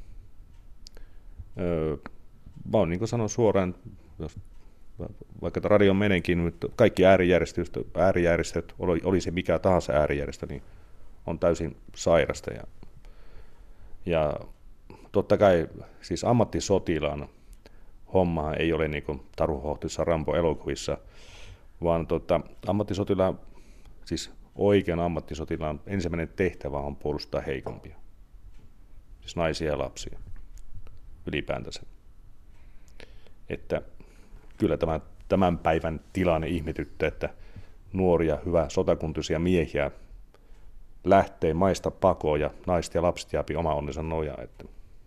Mä oon niin kuin sanon suoraan, vaikka radio menenkin, mutta kaikki äärijärjestöt, oli se mikä tahansa äärijärjestö, niin on täysin sairasta. Ja totta kai siis ammattisotilaan homma ei ole niin kuin Taru Hohtissa Rambo-elokuvissa, vaan ammattisotilaan, siis oikean ammattisotilaan ensimmäinen tehtävä on puolustaa heikompia, siis naisia ja lapsia ylipäätänsä. Että kyllä tämän päivän tilanne ihmetyttää, että nuoria, hyvä sotakuntoisia miehiä lähtee maista pakoon ja naiset ja lapset jääpi oma onnensa nojaa. Että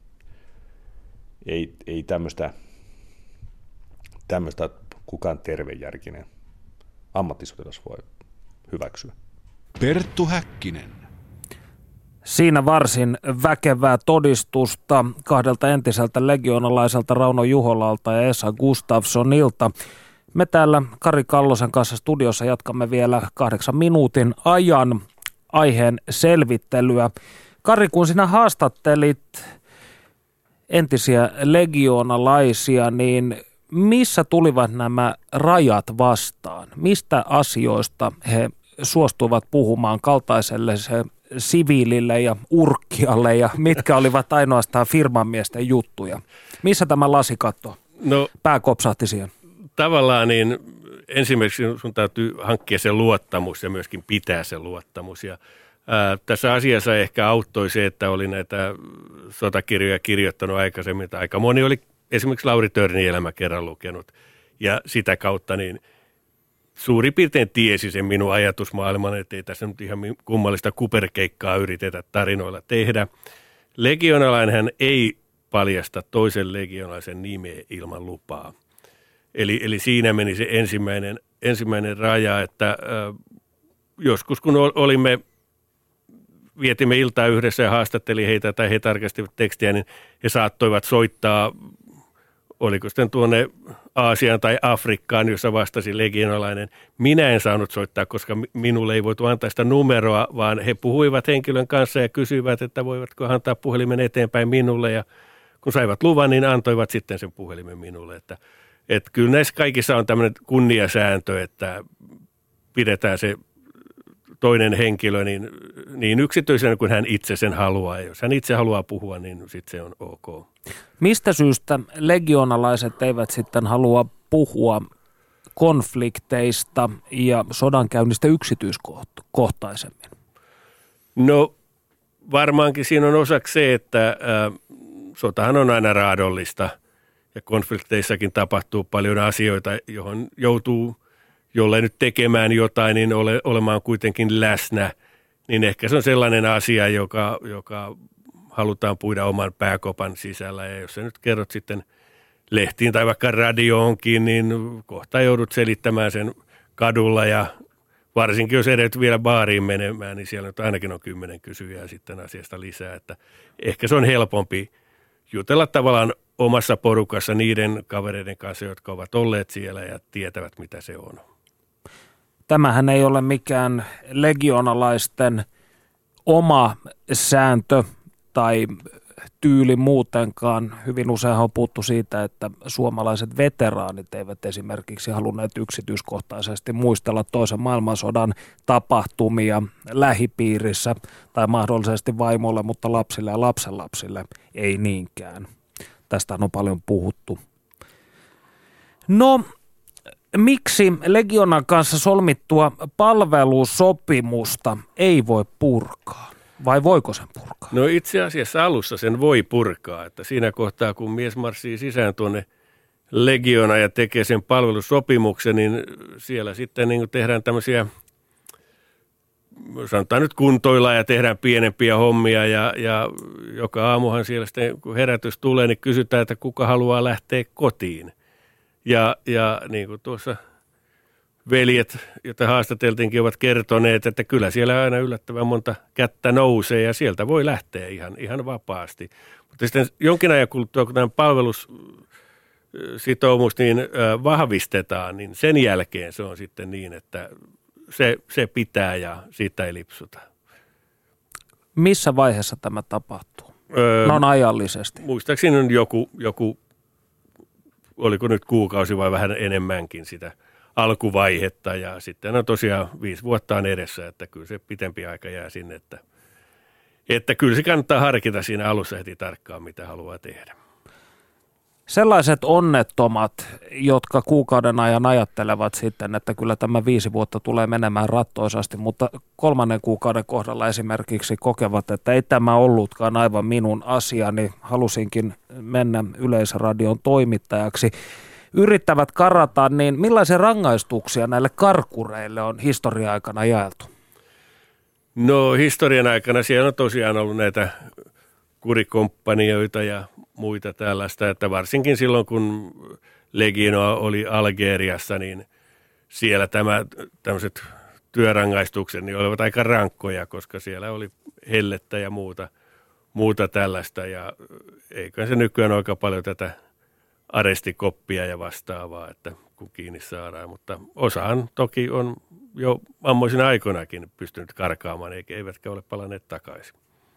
ei tämmöistä kukaan tervejärkinen ammattisotilas voi hyväksyä. Perttu Häkkinen. Siinä varsin väkevää todistusta kahdelta entiseltä legionalaiselta Rauno Juholalta ja Esa Gustafssonilta. Me täällä Kari Kallosen kanssa studiossa jatkamme vielä 8 minuutin ajan aiheen selvittelyä. Kari, kun sinä haastattelit entisiä legionalaisia, niin missä tulivat nämä rajat vastaan? Mistä asioista he suostuivat puhumaan kaltaiselle se siviilille ja urkkialle ja mitkä olivat ainoastaan firmanmiesten juttuja? Missä tämä lasikatto pää kopsahti siihen? Tavallaan niin ensimmäiseksi sun täytyy hankkia se luottamus ja myöskin pitää se luottamus. Ja, tässä asiassa ehkä auttoi se, että oli näitä sotakirjoja kirjoittanut aikaisemmin. Aika moni oli esimerkiksi Lauri Törnin elämäkerran lukenut ja sitä kautta niin suurin piirtein tiesi sen minun ajatusmaailman, että ei tässä nyt ihan kummallista kuperkeikkaa yritetä tarinoilla tehdä. Legionalainenhän ei paljasta toisen legionalaisen nimeä ilman lupaa. Eli siinä meni se ensimmäinen raja, että joskus kun vietimme iltaa yhdessä ja haastatteli heitä tai he tarkastivat tekstiä, niin he saattoivat soittaa, oliko sitten tuonne Aasiaan tai Afrikkaan, jossa vastasi legionalainen. Minä en saanut soittaa, koska minulle ei voitu antaa sitä numeroa, vaan he puhuivat henkilön kanssa ja kysyivät, että voivatko antaa puhelimen eteenpäin minulle. Ja kun saivat luvan, niin antoivat sitten sen puhelimen minulle. Että kyllä näissä kaikissa on tämmöinen kunniasääntö, että pidetään se toinen henkilö niin yksityisenä kuin hän itse sen haluaa. Ja jos hän itse haluaa puhua, niin sitten se on ok. Mistä syystä legionalaiset eivät sitten halua puhua konflikteista ja sodankäynnistä yksityiskohtaisemmin? No varmaankin siinä on osaksi se, että sotahan on aina raadollista ja konflikteissakin tapahtuu paljon asioita, johon joutuu jollei nyt tekemään jotain, niin olemaan kuitenkin läsnä, niin ehkä se on sellainen asia, joka halutaan puida oman pääkopan sisällä. Ja jos sä nyt kerrot sitten lehtiin tai vaikka radioonkin, niin kohta joudut selittämään sen kadulla ja varsinkin jos edet vielä baariin menemään, niin siellä nyt ainakin on 10 kysyjää sitten asiasta lisää. Että ehkä se on helpompi jutella tavallaan omassa porukassa niiden kavereiden kanssa, jotka ovat olleet siellä ja tietävät, mitä se on. Tämähän ei ole mikään legionalaisten oma sääntö tai tyyli muutenkaan. Hyvin useinhan on puhuttu siitä, että suomalaiset veteraanit eivät esimerkiksi halunneet yksityiskohtaisesti muistella toisen maailmansodan tapahtumia lähipiirissä tai mahdollisesti vaimolle, mutta lapsille ja lapsenlapsille ei niinkään. Tästä on paljon puhuttu. No, miksi Legionan kanssa solmittua palvelusopimusta ei voi purkaa? Vai voiko sen purkaa? No itse asiassa alussa sen voi purkaa. Että siinä kohtaa, kun mies marssii sisään tuonne Legiona ja tekee sen palvelusopimuksen, niin siellä sitten niin tehdään tämmöisiä, sanotaan nyt kuntoilla ja tehdään pienempiä hommia. Ja joka aamuhan siellä sitten, kun herätys tulee, niin kysytään, että kuka haluaa lähteä kotiin. Ja niin kuin tuossa veljet, joita haastateltiinkin, ovat kertoneet, että kyllä siellä aina yllättävän monta kättä nousee ja sieltä voi lähteä ihan vapaasti. Mutta sitten jonkin ajan kuluttua, kun tämän palvelussitoumus niin vahvistetaan, niin sen jälkeen se on sitten niin, että se pitää ja siitä ei lipsuta. Missä vaiheessa tämä tapahtuu? Noin ajallisesti. Muistaakseni on joku, oliko nyt kuukausi vai vähän enemmänkin sitä alkuvaihetta ja sitten on tosiaan 5 vuotta on edessä, että kyllä se pitempi aika jää sinne, että kyllä se kannattaa harkita siinä alussa heti tarkkaan, mitä haluaa tehdä. Sellaiset onnettomat, jotka kuukauden ajan ajattelevat sitten, että kyllä tämä 5 vuotta tulee menemään rattoisasti, mutta 3. kuukauden kohdalla esimerkiksi kokevat, että ei tämä ollutkaan aivan minun asiani, halusinkin mennä Yleisradion toimittajaksi. Yrittävät karata, niin millaisia rangaistuksia näille karkureille on historia-aikana jaeltu? No historian aikana siellä on tosiaan ollut näitä kurikompanioita ja muita tällaista, että varsinkin silloin kun Legioa oli Algeriassa, niin siellä tämmöiset työrangaistukset niin olivat aika rankkoja, koska siellä oli hellettä ja muuta tällaista ja eikä se nykyään aika paljon tätä arestikoppia ja vastaavaa, että kun kiinni saadaan, mutta osahan toki on jo ammoisina aikoinakin pystynyt karkaamaan, eivätkä ole palanneet takaisin.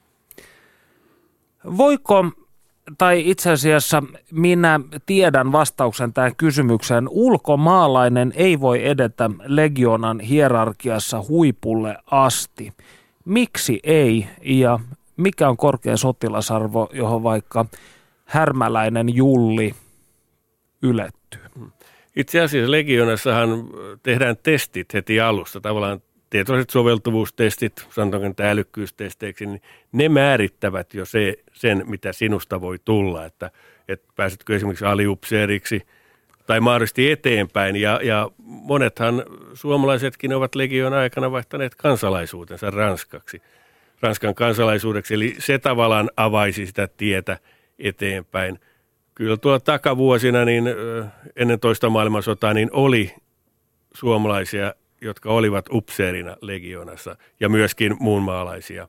Voiko, tai itse asiassa minä tiedän vastauksen tähän kysymykseen, ulkomaalainen ei voi edetä Legionan hierarkiassa huipulle asti. Miksi ei ja mikä on korkea sotilasarvo, johon vaikka härmäläinen Julli ylettyy? Itse asiassa Legionassahan tehdään testit heti alusta, tavallaan tietoiset soveltuvuustestit, sanotaanko niitä älykkyystesteiksi, niin ne määrittävät jo sen, mitä sinusta voi tulla, että pääsetkö esimerkiksi aliupseeriksi, tai mahdollisesti eteenpäin. Ja monethan suomalaisetkin ovat legion aikana vaihtaneet kansalaisuutensa Ranskan kansalaisuudeksi. Eli se tavallaan avaisi sitä tietä eteenpäin. Kyllä tuolla takavuosina niin ennen toista maailmansotaa niin oli suomalaisia, jotka olivat upseerina legionassa ja myöskin muunmaalaisia.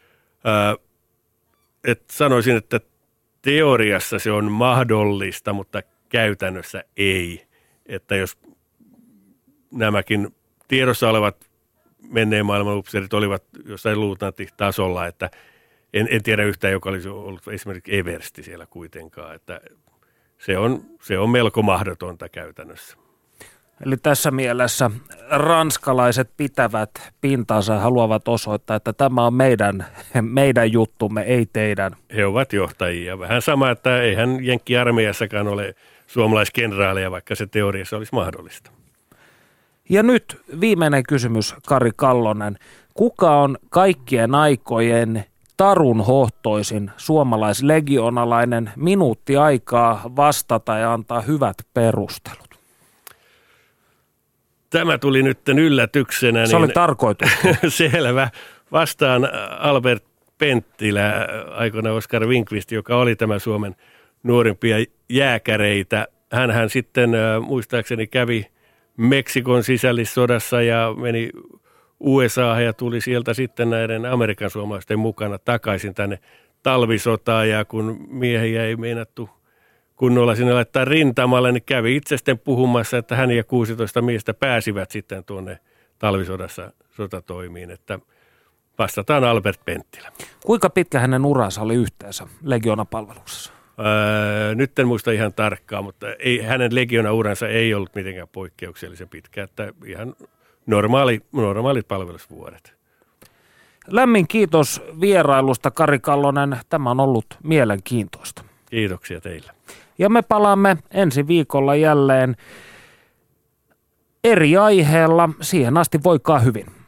Sanoisin, että teoriassa se on mahdollista, mutta käytännössä ei. Että jos nämäkin tiedossa olevat menneen maailman upseerit olivat jossain luutnantitasolla, että en tiedä yhtään, joka olisi ollut esimerkiksi eversti siellä kuitenkaan, että se on melko mahdotonta käytännössä. Eli tässä mielessä ranskalaiset pitävät pintansa ja haluavat osoittaa, että tämä on meidän juttumme, ei teidän. He ovat johtajia. Vähän sama, että eihän jenkkiarmeijassakaan ole suomalaiskenraaleja, vaikka se teoriassa olisi mahdollista. Ja nyt viimeinen kysymys, Kari Kallonen. Kuka on kaikkien aikojen tarunhohtoisin suomalaislegionalainen? Minuutti aikaa vastata ja antaa hyvät perustelut. Tämä tuli nyt yllätyksenä. Se oli tarkoitus. Selvä. Vastaan Albert Penttilä, aikoinaan Oskar Winqvist, joka oli tämä Suomen nuorimpia jääkäreitä. Hänhän sitten muistaakseni kävi Meksikon sisällissodassa ja meni USAhan ja tuli sieltä sitten näiden Amerikan suomalaisten mukana takaisin tänne talvisotaan. Ja kun miehiä ei meinattu kunnolla sinne laittaa rintamalle, niin kävi itse sitten puhumassa, että hän ja 16 miestä pääsivät sitten tuonne talvisodassa sotatoimiin, että vastataan Albert Penttilä. Kuinka pitkä hänen uransa oli yhteensä legionapalveluksessa? Nyt en muista ihan tarkkaan, mutta hänen legiona-uransa ei ollut mitenkään poikkeuksellisen pitkä, että ihan normaalit palvelusvuodet. Lämmin kiitos vierailusta, Kari Kallonen. Tämä on ollut mielenkiintoista. Kiitoksia teille. Ja me palaamme ensi viikolla jälleen eri aiheella. Siihen asti voikaa hyvin.